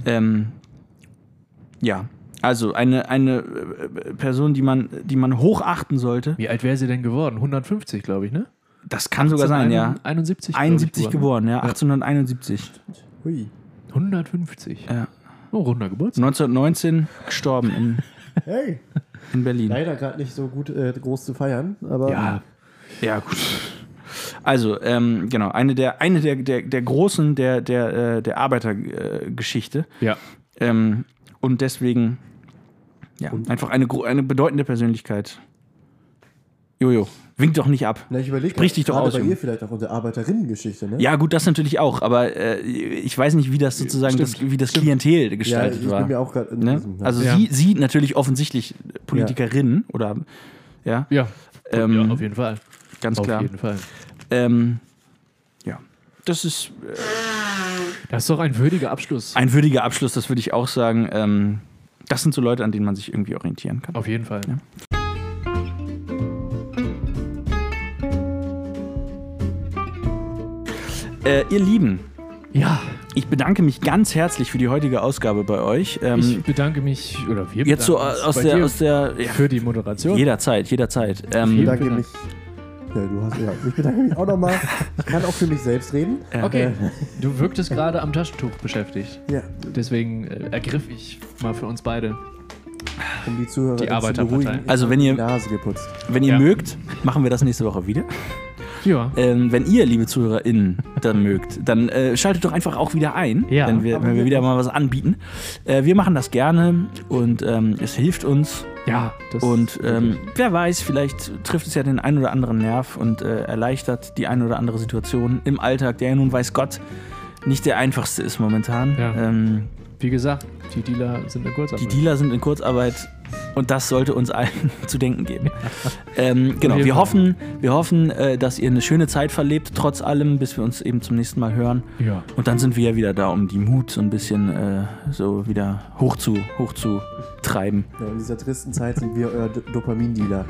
Ja, also eine Person, die man hochachten sollte. Wie alt wäre sie denn geworden? 150, glaube ich, ne? Das kann sogar sein, ja. 71, 71 geboren, ja, 1871. Hui. 150. Ja. Oh, runder Geburtstag. 1919 gestorben Hey. in Berlin. Leider gerade nicht so gut groß zu feiern, aber Ja, Ja, gut. Also, genau, eine der Großen der Arbeitergeschichte. ja. Und deswegen, ja, einfach eine bedeutende Persönlichkeit. Jojo, wink doch nicht ab. Na, ich überlege Sprich dich doch gerade aus, bei Junge. ihr vielleicht auch unsere Arbeiterinnengeschichte, ne? Ja, gut, das natürlich auch, aber ich weiß nicht, wie das sozusagen, Stimmt. wie das Klientel Ja, gestaltet ich war. bin mir auch gerade in Ne? diesem, ja. Also Ja. sie natürlich offensichtlich Politikerin oder ja, Ja. Ja, auf jeden Fall. ganz Auf klar. jeden Fall. Ja, das ist Das ist doch ein würdiger Abschluss. ein würdiger Abschluss, das würde ich auch sagen. Das sind so Leute, an denen man sich irgendwie orientieren kann. Auf jeden Fall. Ja. Ihr Lieben, Ja, ich bedanke mich ganz herzlich für die heutige Ausgabe bei euch. ich bedanke mich, oder wir Jetzt so bedanken uns aus bei der, dir aus der ja, für die Moderation. jederzeit. Ich Vielen bedanke Dank. mich. Ja, ich bedanke mich auch nochmal. Ich kann auch für mich selbst reden. Okay, du wirktest gerade am Taschentuch beschäftigt. Ja, Deswegen ergriff ich mal für uns beide. um die Zuhörer Die zu Arbeiterpartei. beruhigen. Ich Also, habe wenn ihr- die Nase geputzt. Wenn ihr Ja. mögt, machen wir das nächste Woche wieder. Ja. Wenn ihr, liebe ZuhörerInnen, dann mögt, dann schaltet doch einfach auch wieder ein, Ja. wenn wir wieder mal was anbieten. Wir machen das gerne und es hilft uns. Ja, das Und wer weiß, vielleicht trifft es ja den einen oder anderen Nerv und erleichtert die eine oder andere Situation im Alltag, der ja nun weiß Gott nicht der einfachste ist momentan. Ja. Wie gesagt, die Dealer sind in Kurzarbeit. Die Dealer sind in Kurzarbeit und das sollte uns allen zu denken geben. Genau, jeden wir Fall. hoffen, dass ihr eine schöne Zeit verlebt, trotz allem, bis wir uns eben zum nächsten Mal hören. Ja. Und dann sind wir ja wieder da, um die Mut so ein bisschen so wieder hoch zu treiben. Ja, in dieser tristen Zeit sind wir euer Dopamindealer.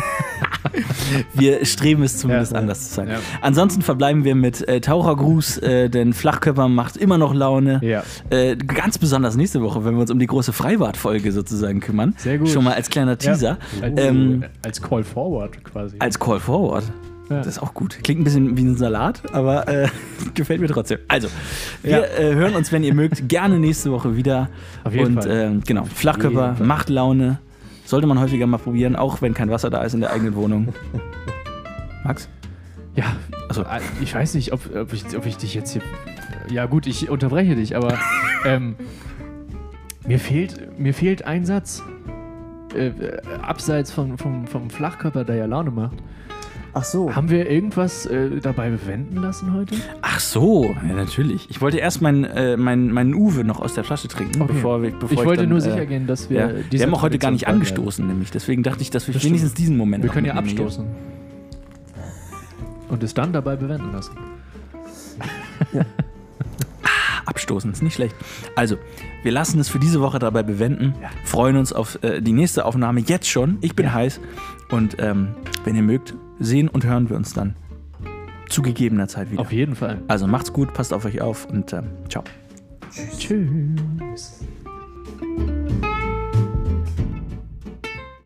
Wir streben es zumindest Ja. anders zu sein. Ja. Ansonsten verbleiben wir mit Tauchergruß, denn Flachkörper macht immer noch Laune. Ja. Ganz besonders nächste Woche, wenn wir uns um die große Freibad-Folge sozusagen kümmern. Sehr gut. Schon mal als kleiner Teaser. Als Call Forward quasi. Als Call Forward. Ja. Das ist auch gut. Klingt ein bisschen wie ein Salat, aber gefällt mir trotzdem. Also, wir hören uns, wenn ihr mögt, gerne nächste Woche wieder. Auf jeden Und Fall. genau, Flachkörper jeden Fall. macht Laune. Sollte man häufiger mal probieren, auch wenn kein Wasser da ist in der eigenen Wohnung. Max? Ja, Also- ich weiß nicht, ob ich dich jetzt hier. Ja, gut, ich unterbreche dich, aber mir fehlt ein Satz. Abseits vom Flachkörper, der ja Laune macht. Ach so. Haben wir irgendwas dabei bewenden lassen heute? Ach so, ja, natürlich. Ich wollte erst meinen Uwe noch aus der Flasche trinken, Okay. bevor Ich wollte dann, nur sicher gehen, dass wir. Ja. Wir haben auch heute gar nicht Tradition beibehalten. angestoßen, nämlich. Deswegen dachte ich, dass wir Das wenigstens diesen Moment Wir noch können ja mitnehmen hier. abstoßen. Und es dann dabei bewenden lassen. Abstoßen, ist nicht schlecht. Also, wir lassen es für diese Woche dabei bewenden, freuen uns auf die nächste Aufnahme jetzt schon. Ich bin heiß und wenn ihr mögt, sehen und hören wir uns dann zu gegebener Zeit wieder. Auf jeden Fall. Also macht's gut, passt auf euch auf und ciao. Tschüss.